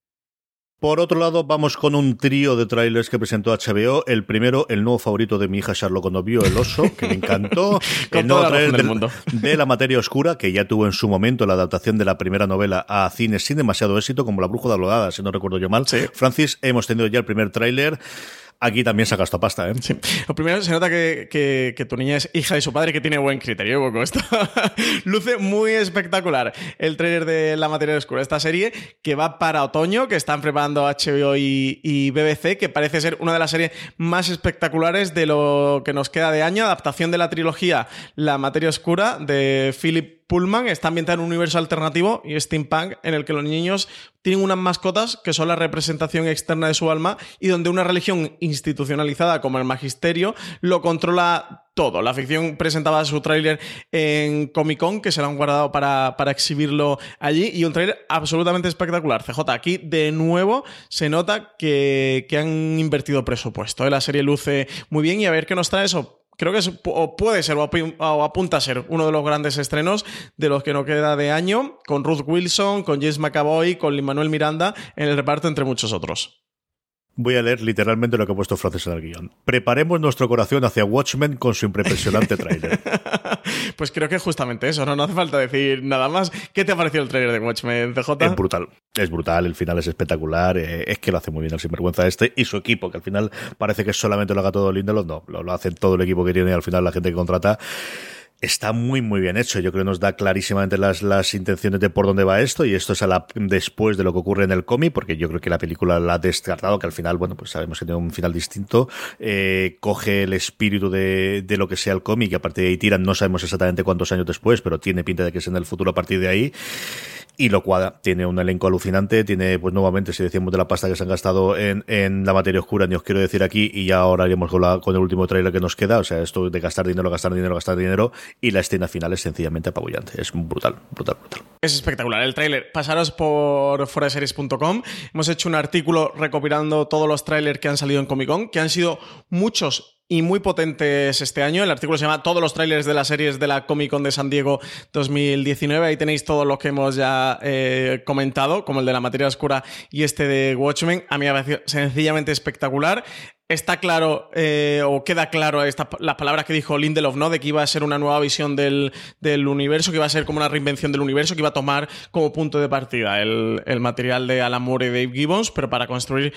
Por otro lado, vamos con un trío de trailers que presentó H B O. El primero, el nuevo favorito de mi hija Charlotte cuando vio El Oso, que me encantó. Con el nuevo toda la razón trailer del mundo. de La Materia Oscura, que ya tuvo en su momento la adaptación de la primera novela a cine sin demasiado éxito, como La Bruja de Alodada, si no recuerdo yo mal. Sí. Francis, hemos tenido ya el primer tráiler. Aquí también se ha gastado pasta, ¿eh? Sí. Lo primero, se nota que, que, que tu niña es hija de su padre, que tiene buen criterio, Boco. Esto luce muy espectacular. El tráiler de La Materia Oscura, esta serie que va para otoño, que están preparando H B O y, y B B C, que parece ser una de las series más espectaculares de lo que nos queda de año. Adaptación de la trilogía La Materia Oscura de Philip Pullman. Está ambientada en un universo alternativo y steampunk en el que los niños tienen unas mascotas que son la representación externa de su alma y donde una religión institucionalizada como el magisterio lo controla todo. La ficción presentaba su tráiler en Comic Con, que se lo han guardado para, para exhibirlo allí, y un tráiler absolutamente espectacular. C J, aquí de nuevo se nota que, que han invertido presupuesto, ¿eh? La serie luce muy bien y a ver qué nos trae eso. Creo que es, o puede ser, o apunta a ser uno de los grandes estrenos de los que no queda de año, con Ruth Wilson, con James McAvoy, con Lin-Manuel Miranda en el reparto, entre muchos otros. Voy a leer literalmente lo que ha puesto Francis en el guión. Preparemos nuestro corazón hacia Watchmen con su impresionante tráiler. Pues creo que es justamente eso, ¿no? No hace falta decir nada más. ¿Qué te ha parecido el tráiler de Watchmen, C J? Es brutal, es brutal, el final es espectacular, eh, es que lo hace muy bien el sinvergüenza este y su equipo, que al final parece que solamente lo haga todo Lindelof, no, lo, lo hace todo el equipo que tiene y al final la gente que contrata. Está muy, muy bien hecho. Yo creo que nos da clarísimamente las, las intenciones de por dónde va esto, y esto es a la, después de lo que ocurre en el cómic, porque yo creo que la película la ha descartado, que al final, bueno, pues sabemos que tiene un final distinto, eh, coge el espíritu de, de lo que sea el cómic, y a partir de ahí tiran, no sabemos exactamente cuántos años después, pero tiene pinta de que es en el futuro a partir de ahí. Y lo cuadra, tiene un elenco alucinante, tiene, pues nuevamente, si decíamos de la pasta que se han gastado en, en La Materia Oscura, ni os quiero decir aquí, y ya ahora iremos con, la, con el último tráiler que nos queda, o sea, esto de gastar dinero, gastar dinero, gastar dinero, y la escena final es sencillamente apabullante, es brutal, brutal, brutal. Es espectacular el tráiler. Pasaros por fuera series punto com, hemos hecho un artículo recopilando todos los tráilers que han salido en Comic Con, que han sido muchos y muy potentes este año. El artículo se llama Todos los trailers de las series de la Comic Con de San Diego dos mil diecinueve. Ahí tenéis todos los que hemos ya eh, comentado, como el de La Materia Oscura y este de Watchmen. A mí me ha parecido sencillamente espectacular. Está claro, eh, o queda claro esta, las palabras que dijo Lindelof, ¿no? De que iba a ser una nueva visión del, del universo, que iba a ser como una reinvención del universo, que iba a tomar como punto de partida el, el material de Alan Moore y Dave Gibbons, pero para construir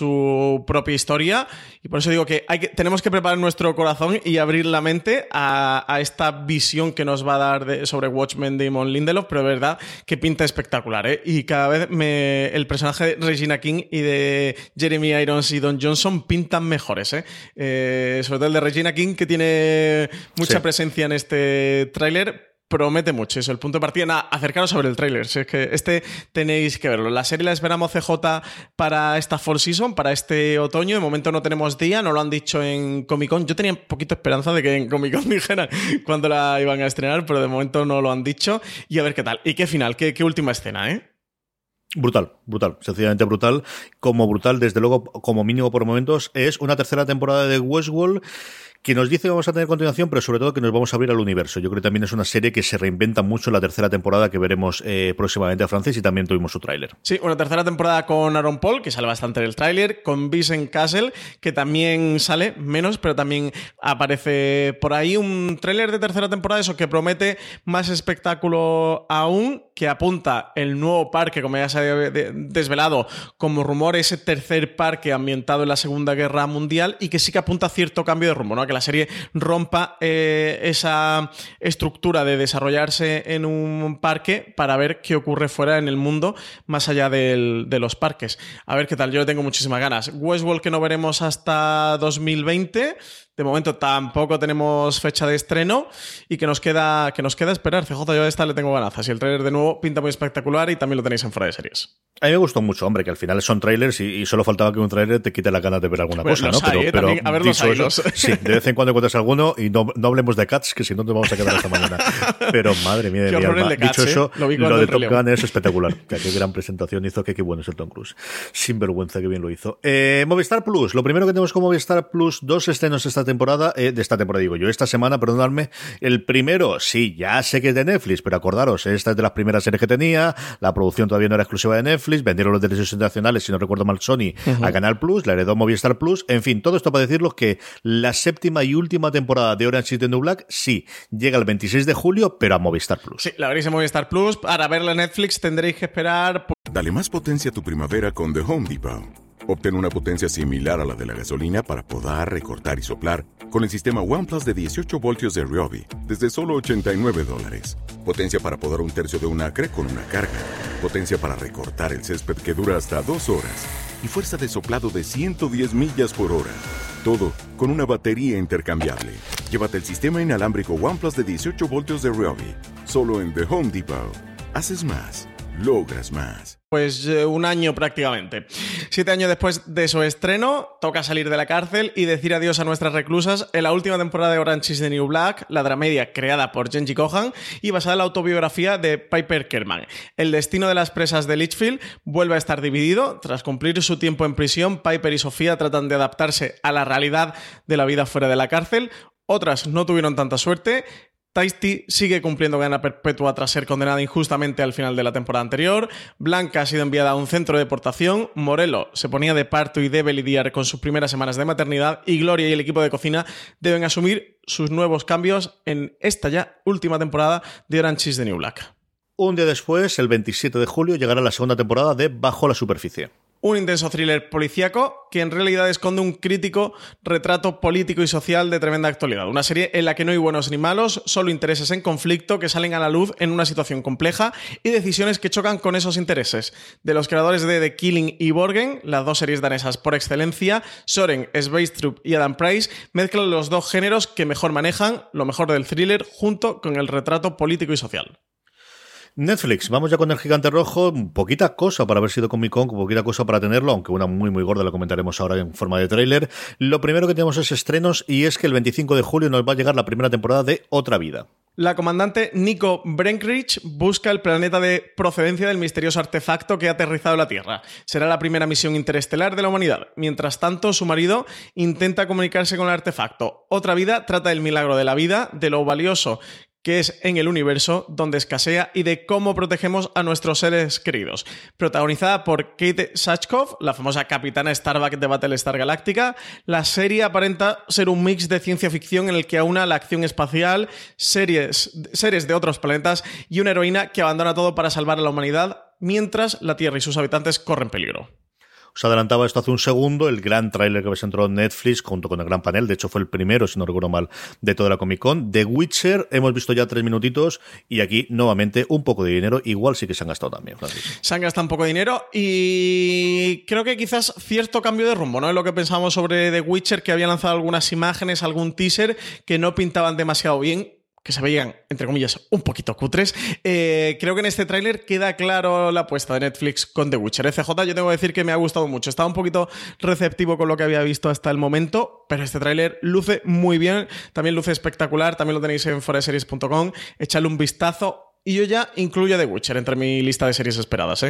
su propia historia. Y por eso digo que, hay que tenemos que preparar nuestro corazón y abrir la mente a, a esta visión que nos va a dar de, sobre Watchmen de Damon Lindelof, pero de verdad que pinta espectacular, ¿eh? Y cada vez me, el personaje de Regina King y de Jeremy Irons y Don Johnson pintan mejores, ¿eh? Eh, sobre todo el de Regina King, que tiene mucha sí. presencia en este tráiler. Promete mucho eso, el punto de partida. Nada, acercaros a ver el tráiler, si es que este tenéis que verlo. La serie la esperamos, C J, para esta fall season, para este otoño. De momento no tenemos día, no lo han dicho en Comic Con. Yo tenía un poquito esperanza de que en Comic Con dijeran cuándo la iban a estrenar, pero de momento no lo han dicho. Y a ver qué tal. ¿Y qué final? ¿Qué, qué última escena, eh? Brutal, brutal, sencillamente brutal. Como brutal, desde luego, como mínimo por momentos, es una tercera temporada de Westworld que nos dice que vamos a tener continuación, pero sobre todo que nos vamos a abrir al universo. Yo creo que también es una serie que se reinventa mucho en la tercera temporada que veremos eh, próximamente a Francis, y también tuvimos su tráiler. Sí, una tercera temporada con Aaron Paul, que sale bastante en el tráiler, con Vincent Castle, que también sale menos, pero también aparece por ahí. Un tráiler de tercera temporada, eso que promete más espectáculo aún, que apunta el nuevo parque, como ya se ha desvelado como rumor, ese tercer parque ambientado en la Segunda Guerra Mundial, y que sí que apunta a cierto cambio de rumbo, ¿no? A que la serie rompa eh, esa estructura de desarrollarse en un parque para ver qué ocurre fuera en el mundo, más allá del, de los parques. A ver qué tal, yo le tengo muchísimas ganas. Westworld, que no veremos hasta dos mil veinte. De momento tampoco tenemos fecha de estreno y que nos queda, que nos queda esperar. C J, yo a esta le tengo ganas. Y el tráiler de nuevo pinta muy espectacular y también lo tenéis en Fuera de Series. A mí me gustó mucho, hombre, que al final son trailers y, y solo faltaba que un trailer te quite la ganas de ver alguna pues cosa, ¿no? Hay, pero, ¿eh? pero también, a ver los hay, los... Sí, de vez en cuando encuentras alguno y no, no hablemos de Cats, que si no nos vamos a quedar esta mañana. Pero madre mía de mi alma. De Cats, Dicho ¿eh? eso, lo, lo de Top Gun es espectacular. Que qué gran presentación hizo, que qué bueno es el Tom Cruise. Sin vergüenza, que bien lo hizo. Eh, Movistar Plus, lo primero que tenemos con Movistar Plus, dos estrenos esta temporada, eh, de esta temporada digo yo, esta semana, perdonadme. El primero, sí, ya sé que es de Netflix, pero acordaros, esta es de las primeras series que tenía, la producción todavía no era exclusiva de Netflix, vendieron los derechos internacionales, si no recuerdo mal, Sony, uh-huh. a Canal Plus, la heredó Movistar Plus, en fin, todo esto para deciros que la séptima y última temporada de Orange is the New Black, sí, llega el veintiséis de julio, pero a Movistar Plus. Sí, la veréis en Movistar Plus. Para verla en Netflix tendréis que esperar... Dale más potencia a tu primavera con The Home Depot. Obtén una potencia similar a la de la gasolina para podar, recortar y soplar con el sistema OnePlus de dieciocho voltios de Ryobi desde solo ochenta y nueve dólares. Potencia para podar un tercio de un acre con una carga. Potencia para recortar el césped que dura hasta dos horas. Y fuerza de soplado de ciento diez millas por hora. Todo con una batería intercambiable. Llévate el sistema inalámbrico OnePlus de dieciocho voltios de Ryobi. Solo en The Home Depot. Haces más. Logras más. Pues eh, un año prácticamente. Siete años después de su estreno, toca salir de la cárcel y decir adiós a nuestras reclusas en la última temporada de Orange is the New Black, la dramedia creada por Jenji Kohan y basada en la autobiografía de Piper Kerman. El destino de las presas de Litchfield vuelve a estar dividido. Tras cumplir su tiempo en prisión, Piper y Sofía tratan de adaptarse a la realidad de la vida fuera de la cárcel. Otras no tuvieron tanta suerte. Tasty sigue cumpliendo cadena perpetua tras ser condenada injustamente al final de la temporada anterior. Blanca ha sido enviada a un centro de deportación. Morello se ponía de parto y debe lidiar con sus primeras semanas de maternidad. Y Gloria y el equipo de cocina deben asumir sus nuevos cambios en esta ya última temporada de Orange is the New Black. Un día después, el veintisiete de julio, llegará la segunda temporada de Bajo la Superficie. Un intenso thriller policíaco que en realidad esconde un crítico retrato político y social de tremenda actualidad. Una serie en la que no hay buenos ni malos, solo intereses en conflicto que salen a la luz en una situación compleja y decisiones que chocan con esos intereses. De los creadores de The Killing y Borgen, las dos series danesas por excelencia, Soren Sveistrup y Adam Price mezclan los dos géneros que mejor manejan lo mejor del thriller junto con el retrato político y social. Netflix, vamos ya con el gigante rojo, poquita cosa para haber sido Comic Con, poquita cosa para tenerlo, aunque una muy muy gorda la comentaremos ahora en forma de tráiler. Lo primero que tenemos es estrenos y es que el veinticinco de julio nos va a llegar la primera temporada de Otra Vida. La comandante Nico Brenkrich busca el planeta de procedencia del misterioso artefacto que ha aterrizado en la Tierra. Será la primera misión interestelar de la humanidad. Mientras tanto, su marido intenta comunicarse con el artefacto. Otra Vida trata del milagro de la vida, de lo valioso que es en el universo donde escasea y de cómo protegemos a nuestros seres queridos. Protagonizada por Kate Shachkov, la famosa capitana Starbuck de Battlestar Galactica, la serie aparenta ser un mix de ciencia ficción en el que aúna la acción espacial, series, seres de otros planetas y una heroína que abandona todo para salvar a la humanidad mientras la Tierra y sus habitantes corren peligro. Os adelantaba esto hace un segundo, el gran tráiler que presentó en Netflix junto con el gran panel, de hecho fue el primero, si no recuerdo mal, de toda la Comic Con. The Witcher, hemos visto ya tres minutitos y aquí nuevamente un poco de dinero, igual sí que se han gastado también, Francis. Se han gastado un poco de dinero y creo que quizás cierto cambio de rumbo, ¿no? Es lo que pensábamos sobre The Witcher, que había lanzado algunas imágenes, algún teaser que no pintaban demasiado bien, que se veían, entre comillas, un poquito cutres. Eh, creo que en este tráiler queda claro la apuesta de Netflix con The Witcher. F J, yo tengo que decir que me ha gustado mucho. Estaba un poquito receptivo con lo que había visto hasta el momento, pero este tráiler luce muy bien, también luce espectacular, también lo tenéis en fuera de series punto com. Echadle un vistazo y yo ya incluyo The Witcher entre mi lista de series esperadas, ¿eh?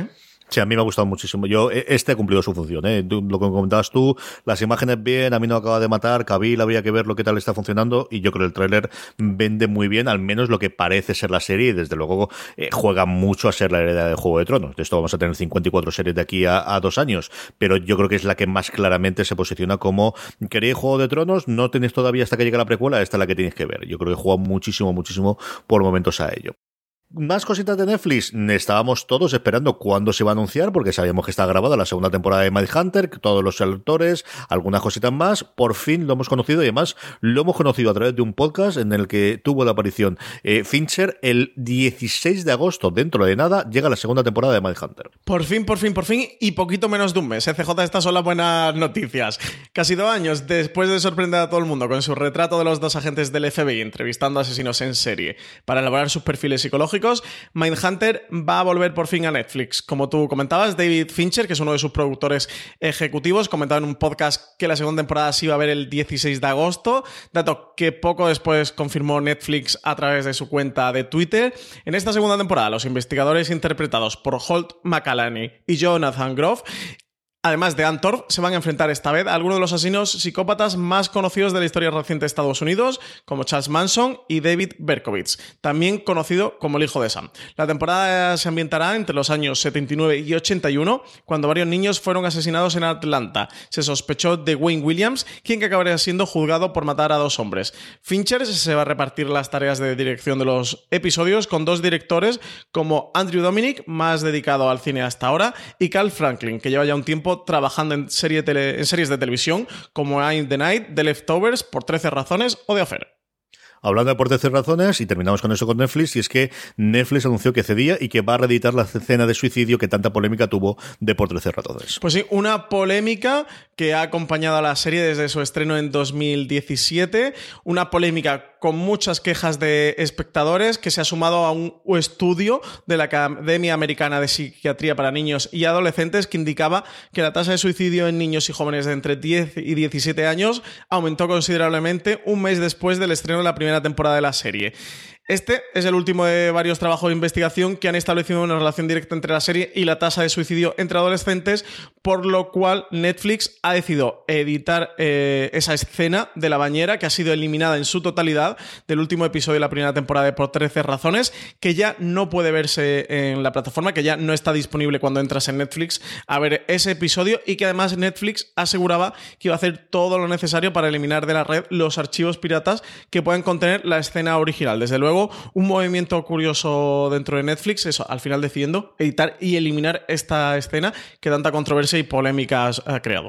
Sí, a mí me ha gustado muchísimo. Yo, este ha cumplido su función, ¿eh? Tú, lo que comentabas tú, las imágenes bien, a mí no acaba de matar, Cavill habría que ver lo que tal está funcionando, y yo creo que el tráiler vende muy bien, al menos lo que parece ser la serie, y desde luego eh, juega mucho a ser la heredera de Juego de Tronos. De esto vamos a tener cincuenta y cuatro series de aquí a, a dos años, pero yo creo que es la que más claramente se posiciona como, ¿queréis Juego de Tronos? No tenéis todavía hasta que llegue la precuela, esta es la que tenéis que ver. Yo creo que juega muchísimo, muchísimo por momentos a ello. Más cositas de Netflix. Estábamos todos esperando cuándo se iba a anunciar, porque sabíamos que está grabada la segunda temporada de Mindhunter, todos los actores, algunas cositas más. Por fin lo hemos conocido, y además lo hemos conocido a través de un podcast en el que tuvo la aparición eh, Fincher. El dieciséis de agosto, dentro de nada, llega la segunda temporada de Mindhunter. Por fin, por fin, por fin, y poquito menos de un mes. C J, estas son las buenas noticias. Casi dos años después de sorprender a todo el mundo con su retrato de los dos agentes del F B I entrevistando a asesinos en serie para elaborar sus perfiles psicológicos, Mindhunter va a volver por fin a Netflix. Como tú comentabas, David Fincher, que es uno de sus productores ejecutivos, comentaba en un podcast que la segunda temporada se iba a ver el dieciséis de agosto, dato que poco después confirmó Netflix a través de su cuenta de Twitter. En esta segunda temporada, los investigadores interpretados por Holt McCallany y Jonathan Groff, además de Antorf, se van a enfrentar esta vez a algunos de los asesinos psicópatas más conocidos de la historia reciente de Estados Unidos, como Charles Manson y David Berkowitz, también conocido como el hijo de Sam. La temporada se ambientará entre los años setenta y nueve y ochenta y uno, cuando varios niños fueron asesinados en Atlanta. Se sospechó de Wayne Williams, quien que acabaría siendo juzgado por matar a dos hombres. Fincher se va a repartir las tareas de dirección de los episodios con dos directores como Andrew Dominic, más dedicado al cine hasta ahora, y Carl Franklin, que lleva ya un tiempo trabajando en, serie tele, en series de televisión como I'm the Night, The Leftovers, Por trece razones o The Affair. Hablando de Por trece razones, y terminamos con eso con Netflix, y es que Netflix anunció que cedía y que va a reeditar la escena de suicidio que tanta polémica tuvo de Por trece razones. Pues sí, una polémica que ha acompañado a la serie desde su estreno en dos mil diecisiete, una polémica con muchas quejas de espectadores que se ha sumado a un estudio de la Academia Americana de Psiquiatría para Niños y Adolescentes que indicaba que la tasa de suicidio en niños y jóvenes de entre diez y diecisiete años aumentó considerablemente un mes después del estreno de la primera temporada de la serie. Este es el último de varios trabajos de investigación que han establecido una relación directa entre la serie y la tasa de suicidio entre adolescentes, por lo cual Netflix ha decidido editar eh, esa escena de la bañera, que ha sido eliminada en su totalidad del último episodio de la primera temporada de Por trece razones, que ya no puede verse en la plataforma, que ya no está disponible cuando entras en Netflix a ver ese episodio, y que además Netflix aseguraba que iba a hacer todo lo necesario para eliminar de la red los archivos piratas que puedan contener la escena original. Desde luego, un movimiento curioso dentro de Netflix, eso, al final decidiendo editar y eliminar esta escena que tanta controversia y polémicas ha creado.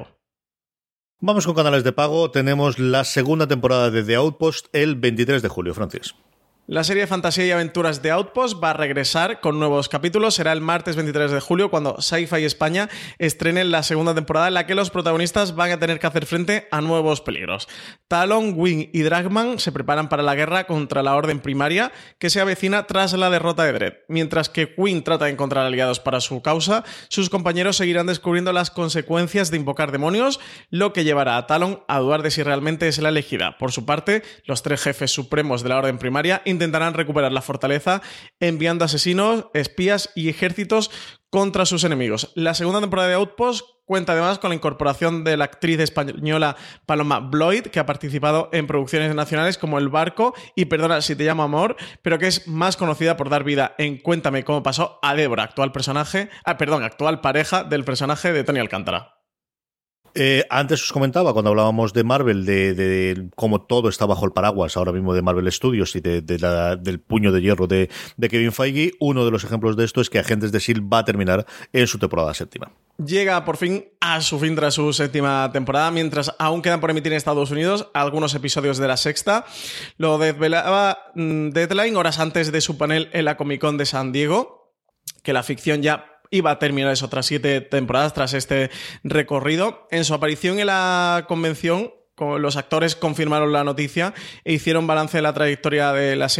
Vamos con canales de pago. Tenemos la segunda temporada de The Outpost el veintitrés de julio, Francis. La serie de fantasía y aventuras de Outpost va a regresar con nuevos capítulos. Será el martes veintitrés de julio cuando Sci-Fi España estrene la segunda temporada en la que los protagonistas van a tener que hacer frente a nuevos peligros. Talon, Wing y Dragman se preparan para la guerra contra la Orden Primaria que se avecina tras la derrota de Dredd. Mientras que Wing trata de encontrar aliados para su causa, sus compañeros seguirán descubriendo las consecuencias de invocar demonios, lo que llevará a Talon a dudar de si realmente es la elegida. Por su parte, los tres jefes supremos de la Orden Primaria intentarán recuperar la fortaleza enviando asesinos, espías y ejércitos contra sus enemigos. La segunda temporada de Outpost cuenta además con la incorporación de la actriz española Paloma Bloyd, que ha participado en producciones nacionales como El Barco y Perdona si te llamo amor, pero que es más conocida por dar vida en Cuéntame cómo pasó a Débora, actual personaje, ah, perdón, actual pareja del personaje de Tony Alcántara. Eh, antes os comentaba, cuando hablábamos de Marvel, de, de, de cómo todo está bajo el paraguas ahora mismo de Marvel Studios y de, de la, del puño de hierro de, de Kevin Feige. Uno de los ejemplos de esto es que Agentes de S H I E L D va a terminar en su temporada séptima. Llega por fin a su fin tras su séptima temporada, mientras aún quedan por emitir en Estados Unidos algunos episodios de la sexta. Lo desvelaba Deadline horas antes de su panel en la Comic Con de San Diego, que la ficción ya iba a terminar eso tras siete temporadas, tras este recorrido. En su aparición en la convención, los actores confirmaron la noticia e hicieron balance de la trayectoria de la serie.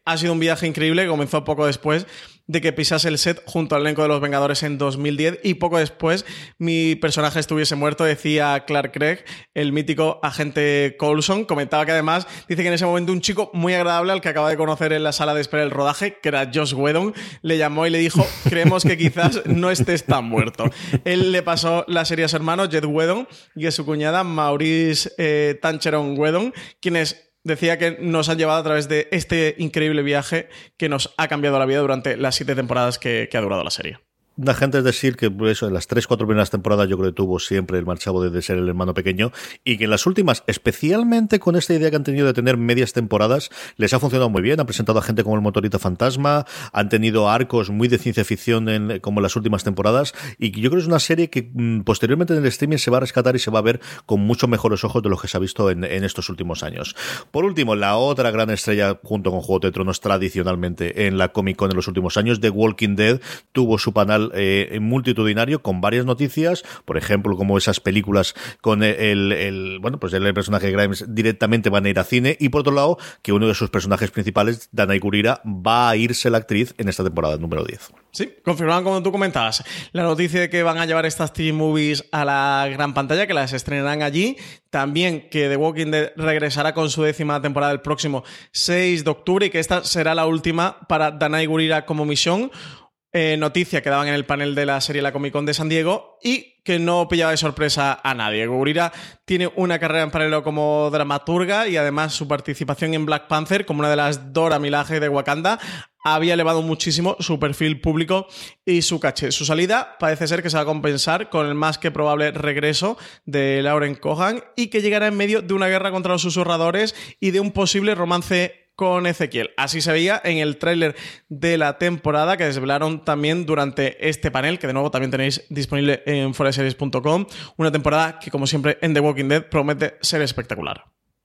ha sido un viaje increíble que comenzó poco después de que pisase el set junto al elenco de Los Vengadores en dos mil diez y poco después mi personaje estuviese muerto, decía Clark Gregg, el mítico agente Coulson. Comentaba que además dice que en ese momento un chico muy agradable al que acaba de conocer en la sala de espera del rodaje, que era Joss Whedon, le llamó y le dijo: creemos que quizás no estés tan muerto. Él le pasó la serie a su hermano Jed Whedon y a su cuñada Maurice eh, Tancheron Whedon, quienes decía que nos han llevado a través de este increíble viaje que nos ha cambiado la vida durante las siete temporadas que, que ha durado la serie. La gente es decir que eso, en las tres, cuatro primeras temporadas yo creo que tuvo siempre el marchavo de ser el hermano pequeño y que en las últimas, especialmente con esta idea que han tenido de tener medias temporadas, les ha funcionado muy bien. Han presentado a gente como el Motorista Fantasma, han tenido arcos muy de ciencia ficción en, como en las últimas temporadas, y yo creo que es una serie que mmm, posteriormente en el streaming se va a rescatar y se va a ver con muchos mejores ojos de los que se ha visto en, en estos últimos años. Por último, la otra gran estrella junto con Juego de Tronos tradicionalmente en la Comic Con en los últimos años, The Walking Dead, tuvo su panel Eh, multitudinario con varias noticias, por ejemplo, como esas películas con el, el bueno, pues el personaje de Grimes directamente van a ir a cine, y por otro lado, que uno de sus personajes principales, Danai Gurira, va a irse la actriz en esta temporada número diez. Sí, confirmaban como tú comentabas la noticia de que van a llevar estas T V movies a la gran pantalla, que las estrenarán allí. También que The Walking Dead regresará con su décima temporada el próximo seis de octubre y que esta será la última para Danai Gurira como Michonne. Eh, noticia que daban en el panel de la serie La Comic Con de San Diego y que no pillaba de sorpresa a nadie. Gurira tiene una carrera en paralelo como dramaturga y además su participación en Black Panther como una de las Dora Milaje de Wakanda había elevado muchísimo su perfil público y su caché. Su salida parece ser que se va a compensar con el más que probable regreso de Lauren Cohan y que llegará en medio de una guerra contra los susurradores y de un posible romance con Ezequiel. Así se veía en el tráiler de la temporada que desvelaron también durante este panel, que de nuevo también tenéis disponible en fuera de series punto com. Una temporada que, como siempre, en The Walking Dead promete ser espectacular.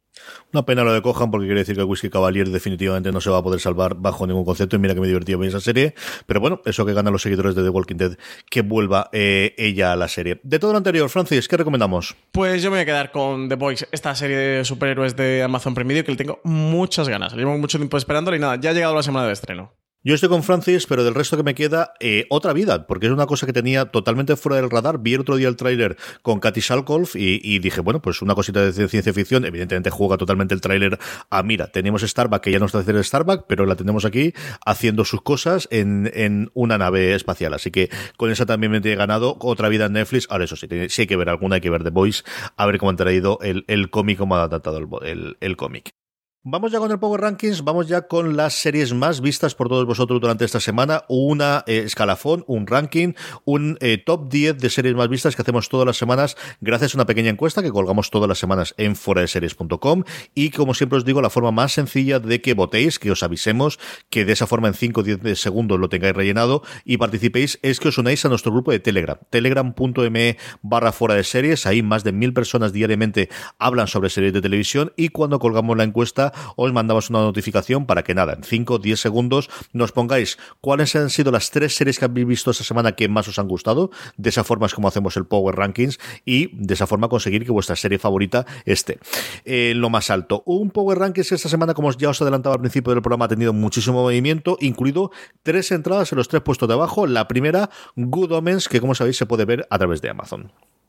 Una pena lo de Cohan, porque quiere decir que el Whisky Cavalier definitivamente no se va a poder salvar bajo ningún concepto, y mira que me divertí ver esa serie, pero bueno, eso que ganan los seguidores de The Walking Dead, que vuelva eh, ella a la serie. De todo lo anterior, Francis, ¿qué recomendamos? Pues yo me voy a quedar con The Boys, esta serie de superhéroes de Amazon Prime Video que le tengo muchas ganas, llevo mucho tiempo esperándola y nada, ya ha llegado la semana de estreno. Yo estoy con Francis, pero del resto que me queda, eh, otra vida, porque es una cosa que tenía totalmente fuera del radar. Vi el otro día el tráiler con Katy Salkov y, y dije, bueno, pues una cosita de ciencia ficción. Evidentemente juega totalmente el tráiler a, mira, tenemos Starbuck, que ya no está haciendo Starbuck, pero la tenemos aquí haciendo sus cosas en, en una nave espacial. Así que con esa también me he ganado otra vida en Netflix. Ahora eso sí, sí hay que ver alguna, hay que ver The Boys, a ver cómo han traído el, el cómic, cómo ha adaptado el, el, el cómic. Vamos ya con el Power Rankings, vamos ya con las series más vistas por todos vosotros durante esta semana, una eh, escalafón, un ranking, un eh, top diez de series más vistas que hacemos todas las semanas gracias a una pequeña encuesta que colgamos todas las semanas en fuera de series punto com, y como siempre os digo, la forma más sencilla de que votéis, que os avisemos, que de esa forma en cinco o diez segundos lo tengáis rellenado y participéis, es que os unáis a nuestro grupo de Telegram, telegram punto me barra fuera de series. Ahí más de mil personas diariamente hablan sobre series de televisión y cuando colgamos la encuesta os mandamos una notificación para que nada, en cinco o diez segundos nos pongáis cuáles han sido las tres series que habéis visto esta semana que más os han gustado. De esa forma es como hacemos el Power Rankings y de esa forma conseguir que vuestra serie favorita esté en lo más alto. Un Power Rankings que esta semana, como ya os adelantaba al principio del programa, ha tenido muchísimo movimiento, incluido tres entradas en los tres puestos de abajo. La primera, Good Omens, que como sabéis se puede ver a través de Amazon.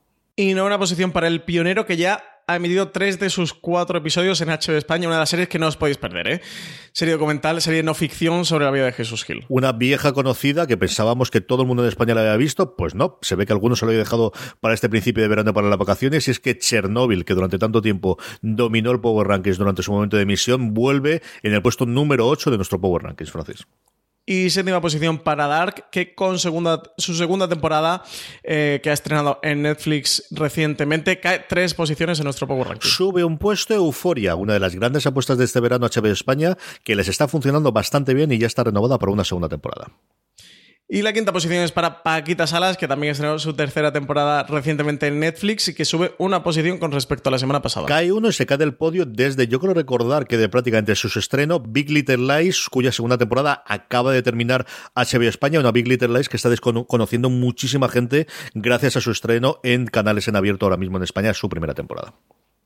Y no una posición para El Pionero, que ya ha emitido tres de sus cuatro episodios en H B O España, una de las series que no os podéis perder, ¿eh? Serie documental, serie no ficción sobre la vida de Jesús Gil. Una vieja conocida que pensábamos que todo el mundo en España la había visto, pues no, se ve que algunos se lo había dejado para este principio de verano, para las vacaciones, y es que Chernobyl, que durante tanto tiempo dominó el Power Rankings durante su momento de emisión, vuelve en el puesto número ocho de nuestro Power Rankings, Francis. Y séptima posición para Dark, que con segunda, su segunda temporada, eh, que ha estrenado en Netflix recientemente, cae tres posiciones en nuestro Power Ranking. Sube un puesto Euphoria, una de las grandes apuestas de este verano H B O España, que les está funcionando bastante bien y ya está renovada para una segunda temporada. Y la quinta posición es para Paquita Salas, que también estrenó su tercera temporada recientemente en Netflix y que sube una posición con respecto a la semana pasada. Cae uno y se cae del podio desde, yo creo recordar que de prácticamente su estreno, Big Little Lies, cuya segunda temporada acaba de terminar H B O España, una Big Little Lies que está desconociendo muchísima gente gracias a su estreno en canales en abierto ahora mismo en España, su primera temporada.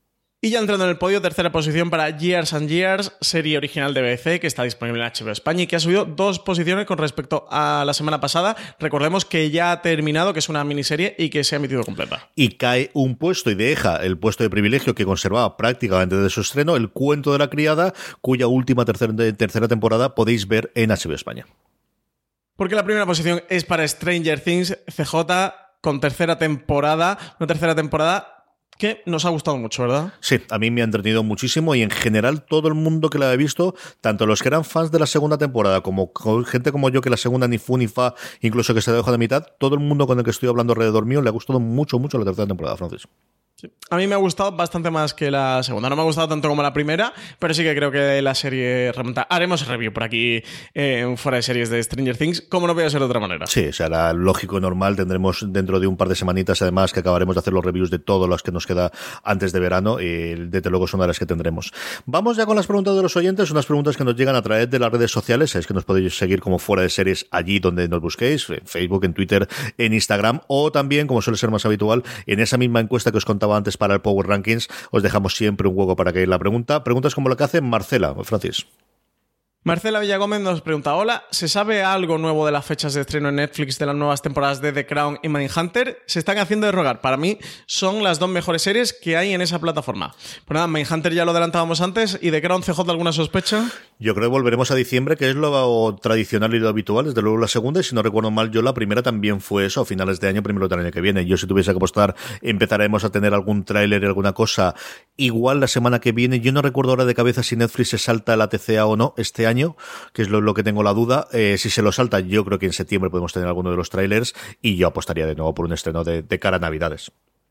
Y ya entrando en el podio, tercera posición para Years and Years, serie original de B B C que está disponible en H B O España y que ha subido dos posiciones con respecto a la semana pasada. Recordemos que ya ha terminado, que es una miniserie y que se ha emitido completa. Y cae un puesto y deja el puesto de privilegio que conservaba prácticamente desde su estreno, El cuento de la criada, cuya última tercera, tercera temporada podéis ver en H B O España. Porque la primera posición es para Stranger Things, C J, con tercera temporada, una tercera temporada que nos ha gustado mucho, ¿verdad? Sí, a mí me ha entretenido muchísimo y en general todo el mundo que la ha visto, tanto los que eran fans de la segunda temporada como gente como yo que la segunda ni fu ni fa, incluso que se dejó de mitad, todo el mundo con el que estoy hablando alrededor mío le ha gustado mucho, mucho la tercera temporada, Francis. Sí. A mí me ha gustado bastante más que la segunda. No me ha gustado tanto como la primera, pero sí que creo que la serie remonta. Haremos review por aquí eh, fuera de series de Stranger Things, como no puede ser de otra manera. Sí, o sea, era lógico y normal. Tendremos dentro de un par de semanitas, además, que acabaremos de hacer los reviews de todos los que nos queda antes de verano, y desde luego son de las que tendremos. Vamos ya con las preguntas de los oyentes, unas preguntas que nos llegan a través de las redes sociales. Sabéis que nos podéis seguir como Fuera de Series allí donde nos busquéis, en Facebook, en Twitter, en Instagram, o también, como suele ser más habitual, en esa misma encuesta que os contaba antes para el Power Rankings, os dejamos siempre un hueco para que la pregunta. Preguntas como la que hace Marcela, Francis. Marcela Villagómez nos pregunta: hola, ¿se sabe algo nuevo de las fechas de estreno en Netflix de las nuevas temporadas de The Crown y Mindhunter? Se están haciendo de rogar. Para mí son las dos mejores series que hay en esa plataforma. Pues nada, Mindhunter ya lo adelantábamos antes. ¿Y The Crown, C J, alguna sospecha? Yo creo que volveremos a diciembre, que es lo tradicional y lo habitual. Desde luego la segunda, y si no recuerdo mal yo, la primera también fue eso, a finales de año, primero del año que viene. Yo, si tuviese que apostar, empezaremos a tener algún tráiler y alguna cosa igual la semana que viene. Yo no recuerdo ahora de cabeza si Netflix se salta la T C A o no este año, que es lo, lo que tengo la duda. Eh, si se lo salta, yo creo que en septiembre podemos tener alguno de los trailers, y yo apostaría de nuevo por un estreno de, de cara a Navidades.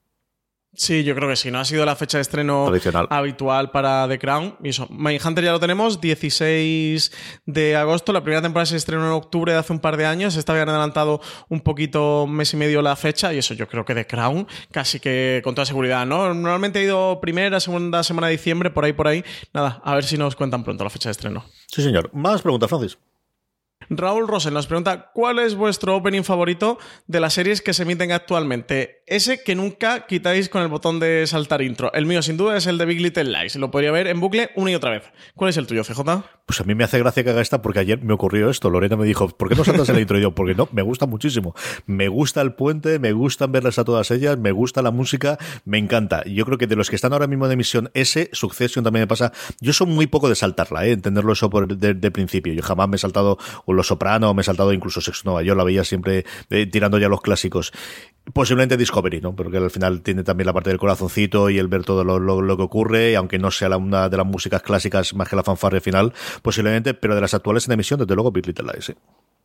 Sí, yo creo que sí. No ha sido la fecha de estreno habitual para The Crown. Y eso, Mindhunter ya lo tenemos, dieciséis de agosto. La primera temporada se estrenó en octubre de hace un par de años. Esta habían adelantado un poquito, un mes y medio la fecha. Y eso yo creo que The Crown, casi que con toda seguridad, ¿no? Normalmente ha ido primera, segunda semana de diciembre, por ahí, por ahí. Nada, a ver si nos cuentan pronto la fecha de estreno. Sí, señor. Más preguntas, Francis. Raúl Rosell nos pregunta: ¿cuál es vuestro opening favorito de las series que se emiten actualmente? Ese que nunca quitáis con el botón de saltar intro. El mío, sin duda, es el de Big Little Lies. Lo podría ver en bucle una y otra vez. ¿Cuál es el tuyo, C J? Pues a mí me hace gracia que haga esta, porque ayer me ocurrió esto. Lorena me dijo: ¿por qué no saltas el intro? Y yo: porque no, me gusta muchísimo. Me gusta el puente, me gustan verlas a todas ellas, me gusta la música, me encanta. Yo creo que de los que están ahora mismo en emisión, ese, Succession también me pasa. Yo soy muy poco de saltarla, ¿eh? Entenderlo eso por de, de principio. Yo jamás me he saltado Los Soprano, me he saltado incluso Sexo Nueva York, la veía siempre eh, tirando ya los clásicos. Posiblemente Discovery, ¿no? Porque al final tiene también la parte del corazoncito y el ver todo lo, lo, lo que ocurre, y aunque no sea la, una de las músicas clásicas más que la fanfarria final, posiblemente, pero de las actuales en emisión, desde luego, Big Little Lies, ¿sí?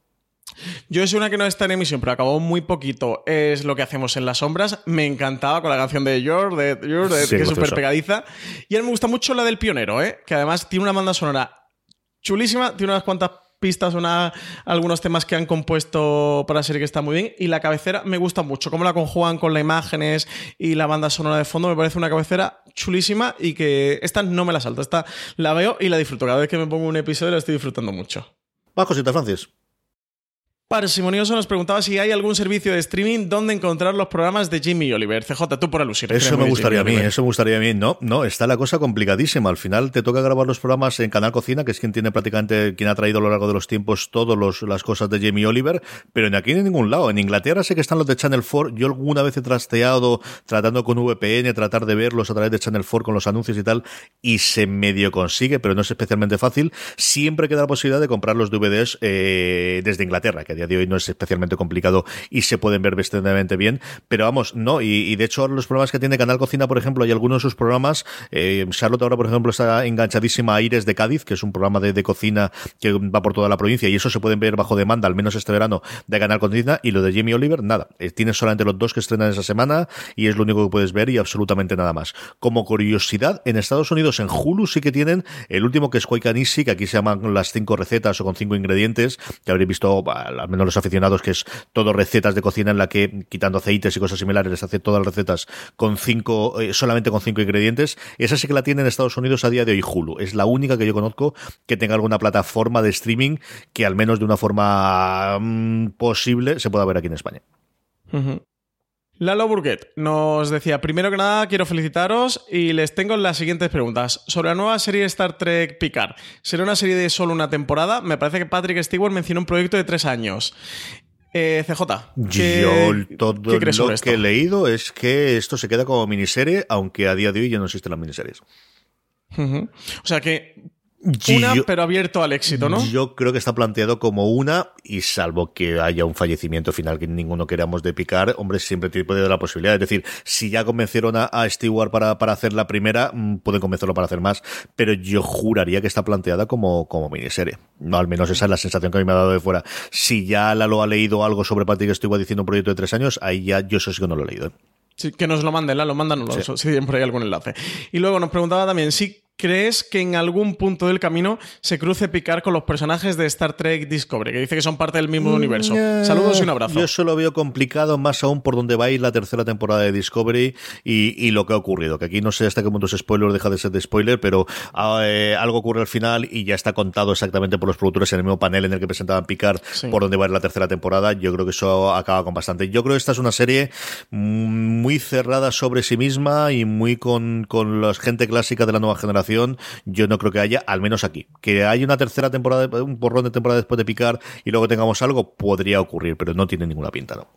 Yo es una que no está en emisión, pero acabó muy poquito. Es Lo que hacemos en las sombras. Me encantaba con la canción de Your, de, Your, de sí, que es súper pegadiza. Y a mí me gusta mucho la del pionero, ¿eh? Que además tiene una banda sonora chulísima, tiene unas cuantas pistas, una, algunos temas que han compuesto para la serie que está muy bien, y la cabecera me gusta mucho, cómo la conjugan con las imágenes y la banda sonora de fondo. Me parece una cabecera chulísima, y que esta no me la salto, esta la veo y la disfruto. Cada vez que me pongo un episodio la estoy disfrutando mucho. Va, cosita, Francis. Parsimonioso nos preguntaba si hay algún servicio de streaming donde encontrar los programas de Jamie Oliver. C J, tú por alusión. Eso me gustaría a mí, eso me gustaría a mí. No, no, está la cosa complicadísima. Al final te toca grabar los programas en Canal Cocina, que es quien tiene prácticamente, quien ha traído a lo largo de los tiempos todas las cosas de Jamie Oliver, pero en aquí en ningún lado. En Inglaterra sé que están los de Channel cuatro. Yo alguna vez he trasteado tratando con V P N, tratar de verlos a través de Channel cuatro con los anuncios y tal, y se medio consigue, pero no es especialmente fácil. Siempre queda la posibilidad de comprar los D V Ds eh, desde Inglaterra, que a día de hoy no es especialmente complicado y se pueden ver bastante bien, pero vamos, no, y, y de hecho los programas que tiene Canal Cocina, por ejemplo, hay algunos de sus programas, eh, Charlotte ahora, por ejemplo, está enganchadísima a Aires de Cádiz, que es un programa de, de cocina que va por toda la provincia, y eso se pueden ver bajo demanda, al menos este verano, de Canal Cocina. Y lo de Jamie Oliver, nada, eh, tienes solamente los dos que estrenan esa semana, y es lo único que puedes ver, y absolutamente nada más. Como curiosidad, en Estados Unidos, en Hulu, sí que tienen el último, que es Quick and Easy, que aquí se llaman las cinco recetas o con cinco ingredientes, que habréis visto, al menos los aficionados, que es todo recetas de cocina en la que, quitando aceites y cosas similares, les hace todas las recetas con cinco, eh, solamente con cinco ingredientes. Esa sí que la tiene en Estados Unidos a día de hoy Hulu. Es la única que yo conozco que tenga alguna plataforma de streaming que al menos de una forma mmm, posible se pueda ver aquí en España. Uh-huh. Lalo Burguet nos decía, primero que nada quiero felicitaros y les tengo las siguientes preguntas. Sobre la nueva serie Star Trek Picard, ¿será una serie de solo una temporada? Me parece que Patrick Stewart mencionó un proyecto de tres años. Eh, C J, ¿qué, Yo todo ¿qué crees sobre lo esto? que he leído es que esto se queda como miniserie, aunque a día de hoy ya no existen las miniseries. Uh-huh. O sea que una, yo, pero abierto al éxito, ¿no? Yo creo que está planteado como una, y salvo que haya un fallecimiento final que ninguno queramos de Picard, hombre, siempre puede dar la posibilidad. Es decir, si ya convencieron a, a Stewart para, para hacer la primera, pueden convencerlo para hacer más, pero yo juraría que está planteada como, como miniserie. No, al menos esa es la sensación que a mí me ha dado de fuera. Si ya Lalo ha leído algo sobre Patrick Stewart diciendo un proyecto de tres años, ahí ya yo eso sí que no lo he leído. ¿eh? Sí, que nos lo manden, Lalo, mándanoslo, sí. Si siempre hay algún enlace. Y luego nos preguntaba también si ¿crees que en algún punto del camino se cruce Picard con los personajes de Star Trek Discovery, que dice que son parte del mismo universo? Saludos y un abrazo. Yo eso lo veo complicado, más aún por donde va a ir la tercera temporada de Discovery y, y lo que ha ocurrido, que aquí no sé hasta qué punto es spoiler o deja de ser de spoiler, pero eh, algo ocurre al final y ya está contado exactamente por los productores en el mismo panel en el que presentaban Picard, sí, por donde va a ir la tercera temporada. Yo creo que eso acaba con bastante. Yo creo que esta es una serie muy cerrada sobre sí misma y muy con, con la gente clásica de la nueva generación. Yo no creo que haya, al menos aquí, que haya una tercera temporada, un borrón de temporada después de Picard y luego tengamos algo, podría ocurrir, pero no tiene ninguna pinta, ¿no?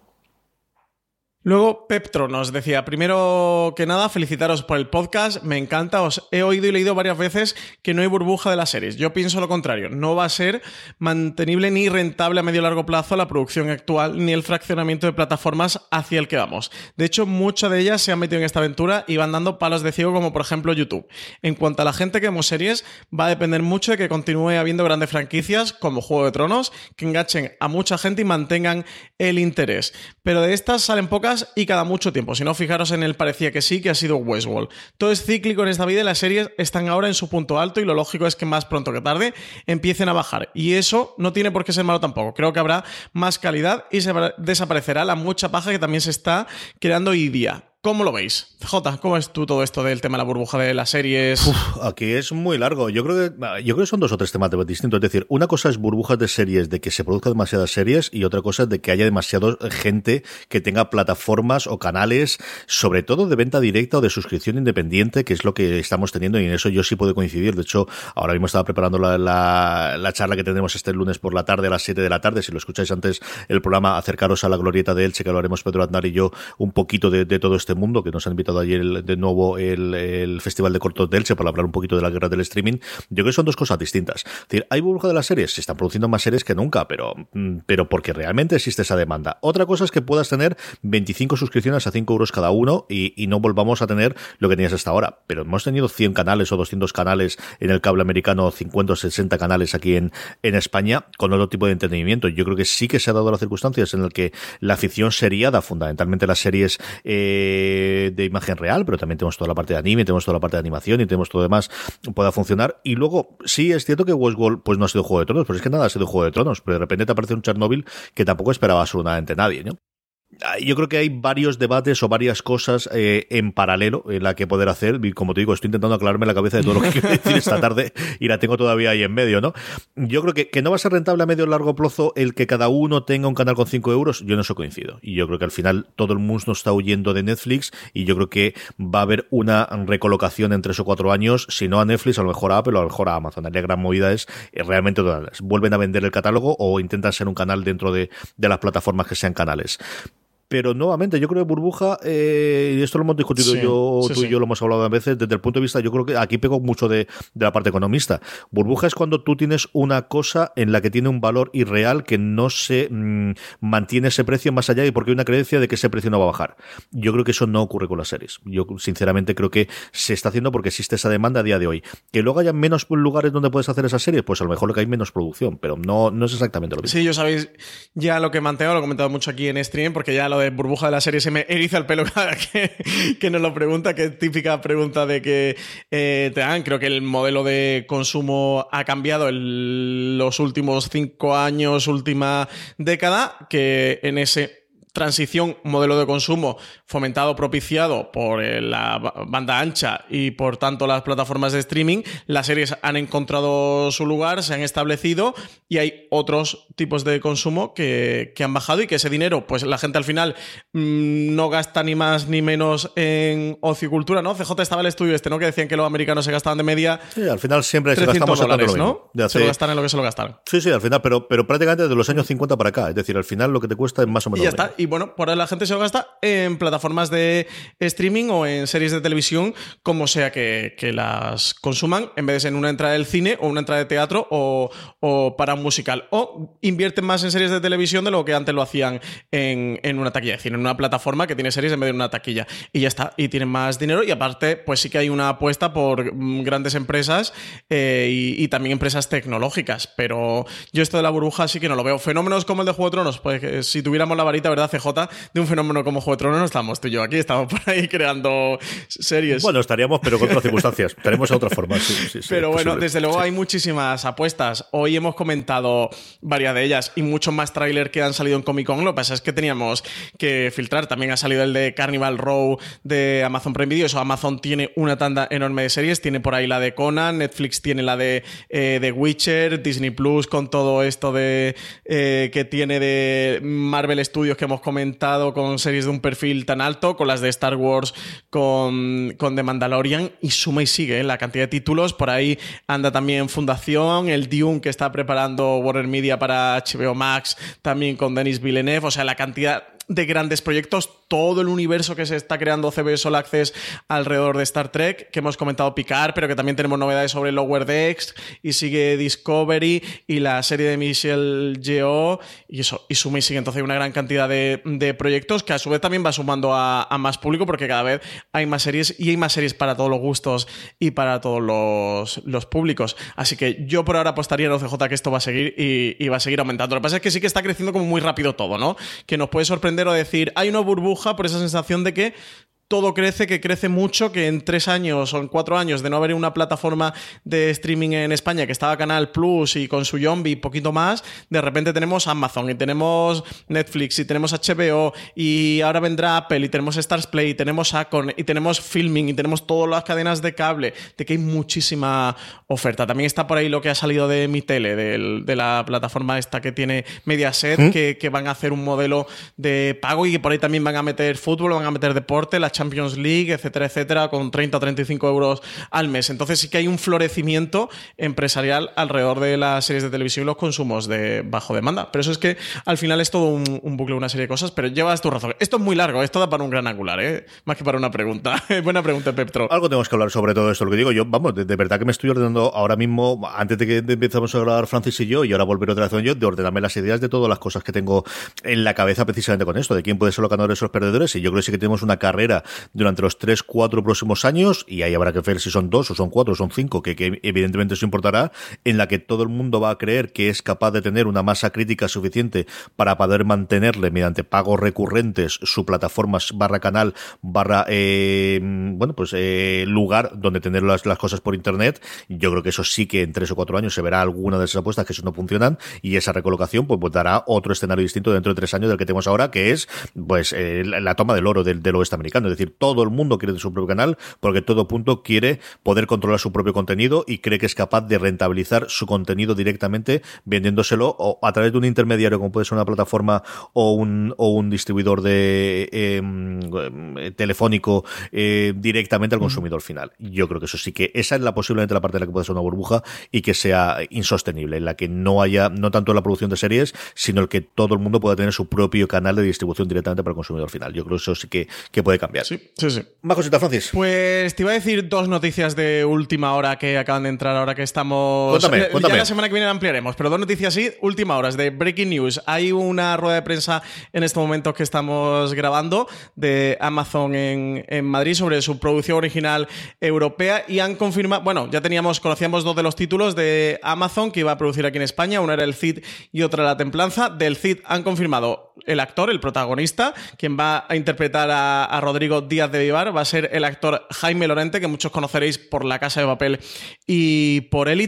Luego Peptro nos decía, primero que nada, felicitaros por el podcast, me encanta, os he oído y leído varias veces que no hay burbuja de las series. Yo pienso lo contrario, no va a ser mantenible ni rentable a medio y largo plazo la producción actual ni el fraccionamiento de plataformas hacia el que vamos. De hecho, muchas de ellas se han metido en esta aventura y van dando palos de ciego, como por ejemplo YouTube. En cuanto a la gente que vemos series, va a depender mucho de que continúe habiendo grandes franquicias como Juego de Tronos que enganchen a mucha gente y mantengan el interés. Pero de estas salen pocas y cada mucho tiempo. Si no, fijaros en el parecía que sí, que ha sido Westworld. Todo es cíclico en esta vida y las series están ahora en su punto alto y lo lógico es que más pronto que tarde empiecen a bajar. Y eso no tiene por qué ser malo tampoco. Creo que habrá más calidad y se desaparecerá la mucha paja que también se está creando hoy día. ¿Cómo lo veis? Jota, ¿cómo es tú todo esto del tema de la burbuja de las series? Uf, aquí es muy largo. Yo creo que yo creo que son dos o tres temas distintos. Es decir, una cosa es burbujas de series, de que se produzcan demasiadas series, y otra cosa es de que haya demasiada gente que tenga plataformas o canales, sobre todo de venta directa o de suscripción independiente, que es lo que estamos teniendo, y en eso yo sí puedo coincidir. De hecho, ahora mismo estaba preparando la, la, la charla que tendremos este lunes por la tarde a las siete de la tarde. Si lo escucháis antes el programa, acercaros a la glorieta de Elche, que lo haremos Pedro Aznar y yo, un poquito de, de todo este mundo, que nos han invitado ayer el, de nuevo el, el Festival de Cortos de Elche para hablar un poquito de la guerra del streaming. Yo creo que son dos cosas distintas. Es decir, hay burbuja de las series, se están produciendo más series que nunca, pero, pero porque realmente existe esa demanda. Otra cosa es que puedas tener veinticinco suscripciones a cinco euros cada uno y, y no volvamos a tener lo que tenías hasta ahora. Pero hemos tenido cien canales o doscientos canales en el cable americano, cincuenta o sesenta canales aquí en, en España, con otro tipo de entretenimiento. Yo creo que sí que se ha dado las circunstancias en las que la ficción seriada, fundamentalmente las series eh, de imagen real, pero también tenemos toda la parte de anime, tenemos toda la parte de animación y tenemos todo lo demás, pueda funcionar. Y luego, sí, es cierto que Westworld pues no ha sido Juego de Tronos, pero es que nada ha sido Juego de Tronos, pero de repente te aparece un Chernobyl que tampoco esperaba absolutamente nadie, ¿no? Yo creo que hay varios debates o varias cosas eh, en paralelo en la que poder hacer, y como te digo, estoy intentando aclararme la cabeza de todo lo que quiero decir esta tarde y la tengo todavía ahí en medio, ¿no? Yo creo que, que no va a ser rentable a medio o largo plazo el que cada uno tenga un canal con cinco euros, yo no eso coincido, y yo creo que al final todo el mundo está huyendo de Netflix, y yo creo que va a haber una recolocación en tres o cuatro años, si no a Netflix, a lo mejor a Apple o a lo mejor a Amazon. La gran movida es eh, realmente todas, vuelven a vender el catálogo o intentan ser un canal dentro de, de las plataformas que sean canales. Pero nuevamente, yo creo que burbuja, eh, y esto lo hemos discutido sí, yo, sí, tú sí. y yo lo hemos hablado a veces, desde el punto de vista, yo creo que aquí pego mucho de, de la parte economista. Burbuja es cuando tú tienes una cosa en la que tiene un valor irreal que no se mmm, mantiene ese precio más allá y porque hay una creencia de que ese precio no va a bajar. Yo creo que eso no ocurre con las series. Yo sinceramente creo que se está haciendo porque existe esa demanda a día de hoy. Que luego haya menos lugares donde puedes hacer esas series, pues a lo mejor lo que hay menos producción, pero no, no es exactamente lo mismo. Sí, yo sabéis ya lo que manteo, lo he comentado mucho aquí en stream, porque ya lo de burbuja de la serie se me eriza el pelo cada que, que nos lo pregunta, que es típica pregunta de que eh, te dan. Creo que el modelo de consumo ha cambiado en los últimos cinco años, última década, que en ese transición, modelo de consumo fomentado, propiciado por eh, la banda ancha y por tanto las plataformas de streaming, las series han encontrado su lugar, se han establecido y hay otros tipos de consumo que, que han bajado y que ese dinero, pues la gente al final mmm, no gasta ni más ni menos en ocio y cultura, ¿no? C J, estaba el estudio este, ¿no? Que decían que los americanos se gastaban de media... Sí, al final siempre se gastamos dólares, lo mismo. ¿no? Se lo gastan en lo que se lo gastan. Sí, sí, al final, pero, pero prácticamente desde los años cincuenta para acá. Es decir, al final lo que te cuesta es más o menos... Y ya está. Y bueno, por ahí la gente se lo gasta en plataformas de streaming o en series de televisión, como sea que, que las consuman, en vez de ser en una entrada del cine o una entrada de teatro o, o para un musical. O invierten más en series de televisión de lo que antes lo hacían en, en una taquilla de cine, en una plataforma que tiene series en vez de una taquilla. Y ya está. Y tienen más dinero. Y aparte, pues sí que hay una apuesta por grandes empresas eh, y, y también empresas tecnológicas. Pero yo esto de la burbuja sí que no lo veo. Fenómenos como el de Juego de Tronos, pues que si tuviéramos la varita, ¿verdad, C J? De un fenómeno como Juego de Tronos no estamos tú y yo aquí, estamos por ahí creando series. Bueno, estaríamos, pero con otras circunstancias. Estaremos de otra forma, sí, sí, sí. Pero bueno, posible. desde luego sí. hay muchísimas apuestas. Hoy hemos comentado varias de ellas y muchos más trailers que han salido en Comic Con. Lo que pasa es que teníamos que filtrar. También ha salido el de Carnival Row de Amazon Prime Video. Eso, Amazon tiene una tanda enorme de series. Tiene por ahí la de Conan, Netflix tiene la de eh, The Witcher, Disney Plus con todo esto de eh, que tiene de Marvel Studios que hemos comentado, con series de un perfil tan alto, con las de Star Wars, con, con The Mandalorian, y suma y sigue ¿eh? la cantidad de títulos. Por ahí anda también Fundación, el Dune que está preparando Warner Media para H B O Max, también con Denis Villeneuve. O sea, la cantidad de grandes proyectos, todo el universo que se está creando C B S All Access alrededor de Star Trek, que hemos comentado Picard, pero que también tenemos novedades sobre Lower Decks, y sigue Discovery y la serie de Michelle Yeoh, y eso, y suma y sigue. Entonces hay una gran cantidad de, de proyectos que a su vez también va sumando a, a más público, porque cada vez hay más series y hay más series para todos los gustos y para todos los, los públicos. Así que yo por ahora apostaría en O C J que esto va a seguir y, y va a seguir aumentando. Lo que pasa es que sí que está creciendo como muy rápido todo, ¿no? Que nos puede sorprender o decir, hay una burbuja por esa sensación de que todo crece, que crece mucho, que en tres años o en cuatro años de no haber una plataforma de streaming en España, que estaba Canal Plus y con su Zombie y poquito más, de repente tenemos Amazon y tenemos Netflix y tenemos H B O y ahora vendrá Apple y tenemos Stars Play y tenemos Acon y tenemos Filming y tenemos todas las cadenas de cable, de que hay muchísima oferta. También está por ahí lo que ha salido de Mi Tele, de, de la plataforma esta que tiene Mediaset, ¿Mm? que, que van a hacer un modelo de pago y que por ahí también van a meter fútbol, van a meter deporte, la Champions League, etcétera, etcétera, con treinta o treinta y cinco euros al mes. Entonces sí que hay un florecimiento empresarial alrededor de las series de televisión y los consumos de bajo demanda. Pero eso es que al final es todo un, un bucle, una serie de cosas, pero llevas tu razón. Esto es muy largo, esto da para un gran angular, ¿eh? Más que para una pregunta. Buena pregunta, Peptro. Algo tenemos que hablar sobre todo esto. Lo que digo yo, vamos, de, de verdad que me estoy ordenando ahora mismo, antes de que empezamos a hablar Francis y yo, y ahora volver otra vez yo, de ordenarme las ideas de todas las cosas que tengo en la cabeza precisamente con esto, de quién puede ser los ganadores o los perdedores. Y yo creo que sí que tenemos una carrera durante los tres, cuatro próximos años, y ahí habrá que ver si son dos o son cuatro o son cinco, que, que evidentemente eso importará, en la que todo el mundo va a creer que es capaz de tener una masa crítica suficiente para poder mantenerle mediante pagos recurrentes su plataforma barra canal barra eh, bueno pues eh, lugar donde tener las, las cosas por internet. Yo creo que eso sí que en tres o cuatro años se verá alguna de esas apuestas que eso no funcionan, y esa recolocación pues, pues dará otro escenario distinto dentro de tres años del que tenemos ahora, que es pues eh, la, la toma del oro del, del oeste americano. Es decir, todo el mundo quiere su propio canal porque todo punto quiere poder controlar su propio contenido y cree que es capaz de rentabilizar su contenido directamente vendiéndoselo o a través de un intermediario como puede ser una plataforma o un, o un distribuidor de eh, telefónico eh, directamente al consumidor final. Yo creo que eso sí que esa es la posiblemente la parte de la que puede ser una burbuja y que sea insostenible, en la que no haya no tanto la producción de series, sino el que todo el mundo pueda tener su propio canal de distribución directamente para el consumidor final. Yo creo que eso sí que, que puede cambiar. Sí, sí, sí. Más cositas, Francis. Pues te iba a decir dos noticias de última hora que acaban de entrar ahora que estamos... Cuéntame, cuéntame. Ya la semana que viene la ampliaremos, pero dos noticias sí, última hora, de Breaking News. Hay una rueda de prensa en este momento que estamos grabando de Amazon en, en Madrid sobre su producción original europea y han confirmado... Bueno, ya teníamos, conocíamos dos de los títulos de Amazon que iba a producir aquí en España. Una era El Cid y otra La Templanza. Del Cid han confirmado el actor, el protagonista, quien va a interpretar a, a Rodrigo Díaz de Vivar. Va a ser el actor Jaime Lorente, que muchos conoceréis por La Casa de Papel y por Élite.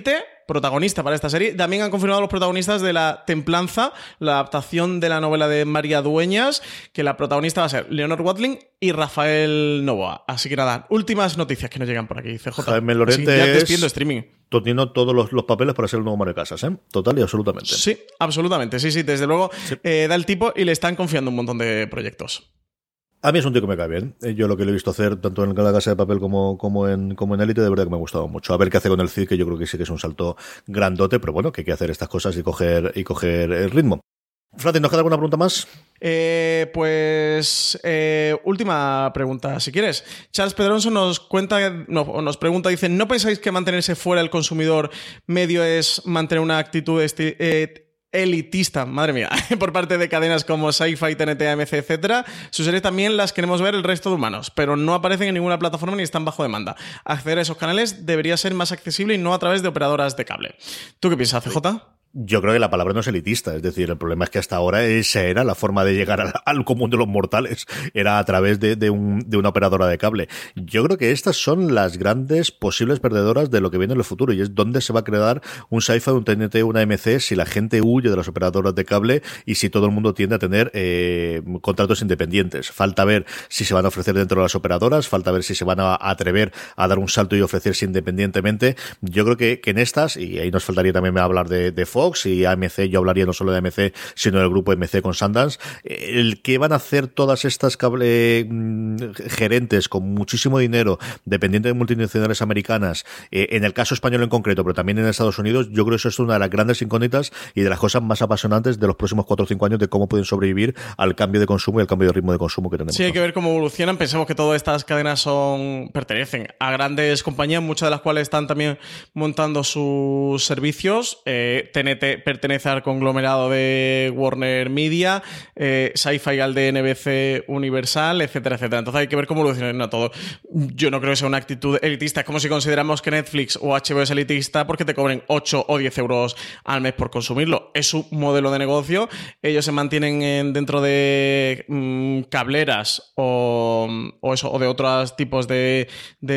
protagonista para esta serie. También han confirmado los protagonistas de La Templanza, la adaptación de la novela de María Dueñas, que la protagonista va a ser Leonor Watling y Rafael Novoa. Así que nada, últimas noticias que nos llegan por aquí, C J. Jaime Lorente Así, ya es... despidiendo streaming. Teniendo todos los, los papeles para ser el nuevo Mario Casas, ¿eh? Total y absolutamente. Sí, absolutamente. Sí, sí, desde luego sí. Eh, da el tipo y le están confiando un montón de proyectos. A mí es un tío que me cae bien. Yo lo que le he visto hacer tanto en La Casa de Papel como, como en como en Élite, de verdad que me ha gustado mucho. A ver qué hace con el Cid, que yo creo que sí que es un salto grandote, pero bueno, que hay que hacer estas cosas y coger, y coger el ritmo. Francis, ¿nos queda alguna pregunta más? Eh, pues eh, última pregunta, si quieres. Charles Pedronso nos cuenta, no, nos pregunta, dice, ¿no pensáis que mantenerse fuera del consumidor medio es mantener una actitud esti- eh, elitista, madre mía, por parte de cadenas como Sci-Fi, T N T, A M C, etcétera? Sus series también las queremos ver el resto de humanos, pero no aparecen en ninguna plataforma ni están bajo demanda. Acceder a esos canales debería ser más accesible y no a través de operadoras de cable. ¿Tú qué piensas, C J? Yo creo que la palabra no es elitista, es decir, el problema es que hasta ahora esa era la forma de llegar al, al común de los mortales, era a través de, de, un, de una operadora de cable. Yo creo que estas son las grandes posibles perdedoras de lo que viene en el futuro, y es dónde se va a crear un Sci-Fi, un T N T, una A M C, si la gente huye de las operadoras de cable y si todo el mundo tiende a tener eh, contratos independientes. Falta ver si se van a ofrecer dentro de las operadoras, falta ver si se van a atrever a dar un salto y ofrecerse independientemente. Yo creo que, que en estas, y ahí nos faltaría también hablar de, de Fox y A M C, yo hablaría no solo de A M C, sino del grupo M C con Sundance, el que van a hacer todas estas cable gerentes con muchísimo dinero, dependientes de multinacionales americanas, eh, en el caso español en concreto, pero también en Estados Unidos, yo creo que eso es una de las grandes incógnitas y de las cosas más apasionantes de los próximos cuatro o cinco años, de cómo pueden sobrevivir al cambio de consumo y al cambio de ritmo de consumo que tenemos. Sí, hay que ver cómo evolucionan. Pensemos que todas estas cadenas son pertenecen a grandes compañías, muchas de las cuales están también montando sus servicios. Eh, T N T pertenece al conglomerado de Warner Media, eh, Sci-Fi al de N B C Universal, etcétera, etcétera. Entonces hay que ver cómo evoluciona todo. Yo no creo que sea una actitud elitista. Es como si consideramos que Netflix o H B O es elitista porque te cobren ocho o diez euros al mes por consumirlo. Es su modelo de negocio. Ellos se mantienen en, dentro de mmm, cableras o, o, eso, o de otros tipos de...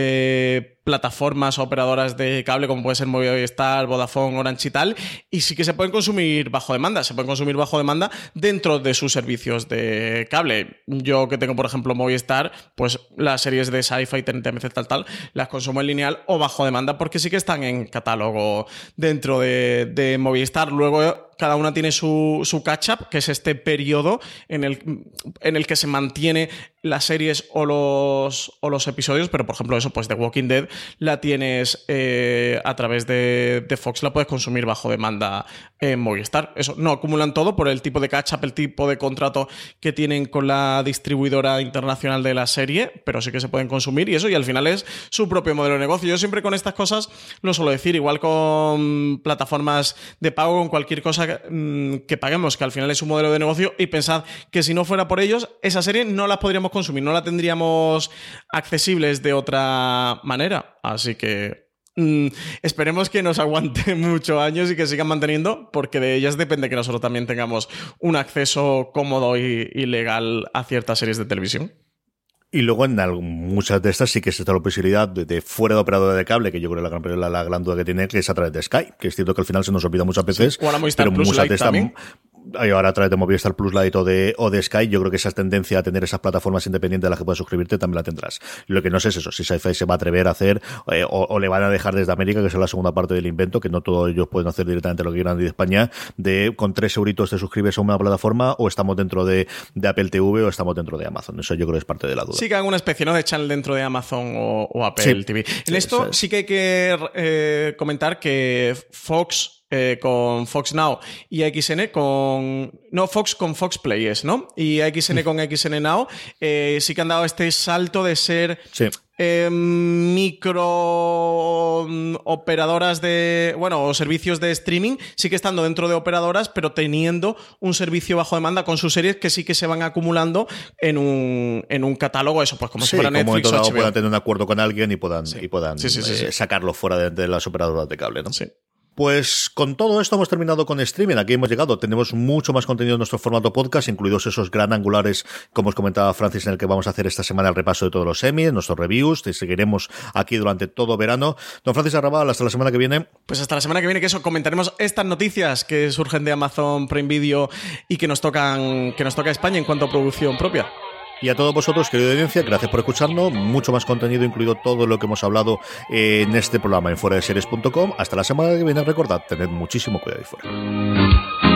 de plataformas o operadoras de cable como puede ser Movistar, Vodafone, Orange y tal, y sí que se pueden consumir bajo demanda, se pueden consumir bajo demanda dentro de sus servicios de cable. Yo que tengo, por ejemplo, Movistar, pues las series de Sci-Fi, T N T, M C, tal, tal, las consumo en lineal o bajo demanda porque sí que están en catálogo dentro de, de Movistar. Luego cada una tiene su, su catch-up, que es este periodo en el, en el que se mantiene las series o los, o los episodios, pero por ejemplo eso, pues The Walking Dead la tienes eh, a través de, de Fox, la puedes consumir bajo demanda en Movistar. Eso, no acumulan todo por el tipo de catch-up, el tipo de contrato que tienen con la distribuidora internacional de la serie, pero sí que se pueden consumir y eso, y al final es su propio modelo de negocio. Yo siempre con estas cosas lo suelo decir, igual con plataformas de pago, con cualquier cosa que, que paguemos, que al final es un modelo de negocio, y pensad que si no fuera por ellos, esa serie no la podríamos consumir, no la tendríamos accesibles de otra manera. Así que mm, esperemos que nos aguante muchos años y que sigan manteniendo, porque de ellas depende que nosotros también tengamos un acceso cómodo y, y legal a ciertas series de televisión. Y luego en muchas de estas sí que está la posibilidad de, de fuera de operadora de cable, que yo creo que la gran, la, la gran duda que tiene, que es a través de Sky, que es cierto que al final se nos olvida muchas veces, sí, o ahora Movistar pero Plus muchas Lite de estas también. Ahora a través de Movistar Plus Lite o de, o de Sky, yo creo que esa tendencia a tener esas plataformas independientes a las que puedas suscribirte también la tendrás. Lo que no sé es eso, si Sci-Fi se va a atrever a hacer eh, o, o le van a dejar desde América, que es la segunda parte del invento, que no todos ellos pueden hacer directamente lo que quieran de España, de con tres euritos te suscribes a una plataforma, o estamos dentro de, de Apple T V o estamos dentro de Amazon. Eso yo creo que es parte de la duda. Sí que hagan una especie, ¿no?, de channel dentro de Amazon o, o Apple sí. T V. En sí, esto sí, sí que hay que eh, comentar que Fox... Eh, con Fox Now y X N con... No, Fox con Fox Play es, ¿no? Y X N con X N Now eh, sí que han dado este salto de ser... Sí. Eh, micro operadoras de, bueno, o servicios de streaming, sí que estando dentro de operadoras, pero teniendo un servicio bajo demanda con sus series que sí que se van acumulando en un, en un catálogo, eso, pues como sí, si fuera como Netflix o H B O. puedan tener un acuerdo con alguien y puedan, sí. y puedan sí, sí, sí, eh, sí. sacarlo fuera de, de las operadoras de cable, ¿no? Sí. Pues con todo esto hemos terminado con streaming. Aquí hemos llegado. Tenemos mucho más contenido en nuestro formato podcast, incluidos esos gran angulares, como os comentaba Francis, en el que vamos a hacer esta semana el repaso de todos los Emmy, nuestros reviews. Te seguiremos aquí durante todo verano. Don Francis Arrabal, hasta la semana que viene. Pues hasta la semana que viene, que eso, comentaremos estas noticias que surgen de Amazon Prime Video y que nos tocan, que nos toca a España en cuanto a producción propia. Y a todos vosotros, querida audiencia, gracias por escucharnos. Mucho más contenido, incluido todo lo que hemos hablado en este programa en fuera de series punto com. Hasta la semana que viene. Recordad, tened muchísimo cuidado ahí fuera.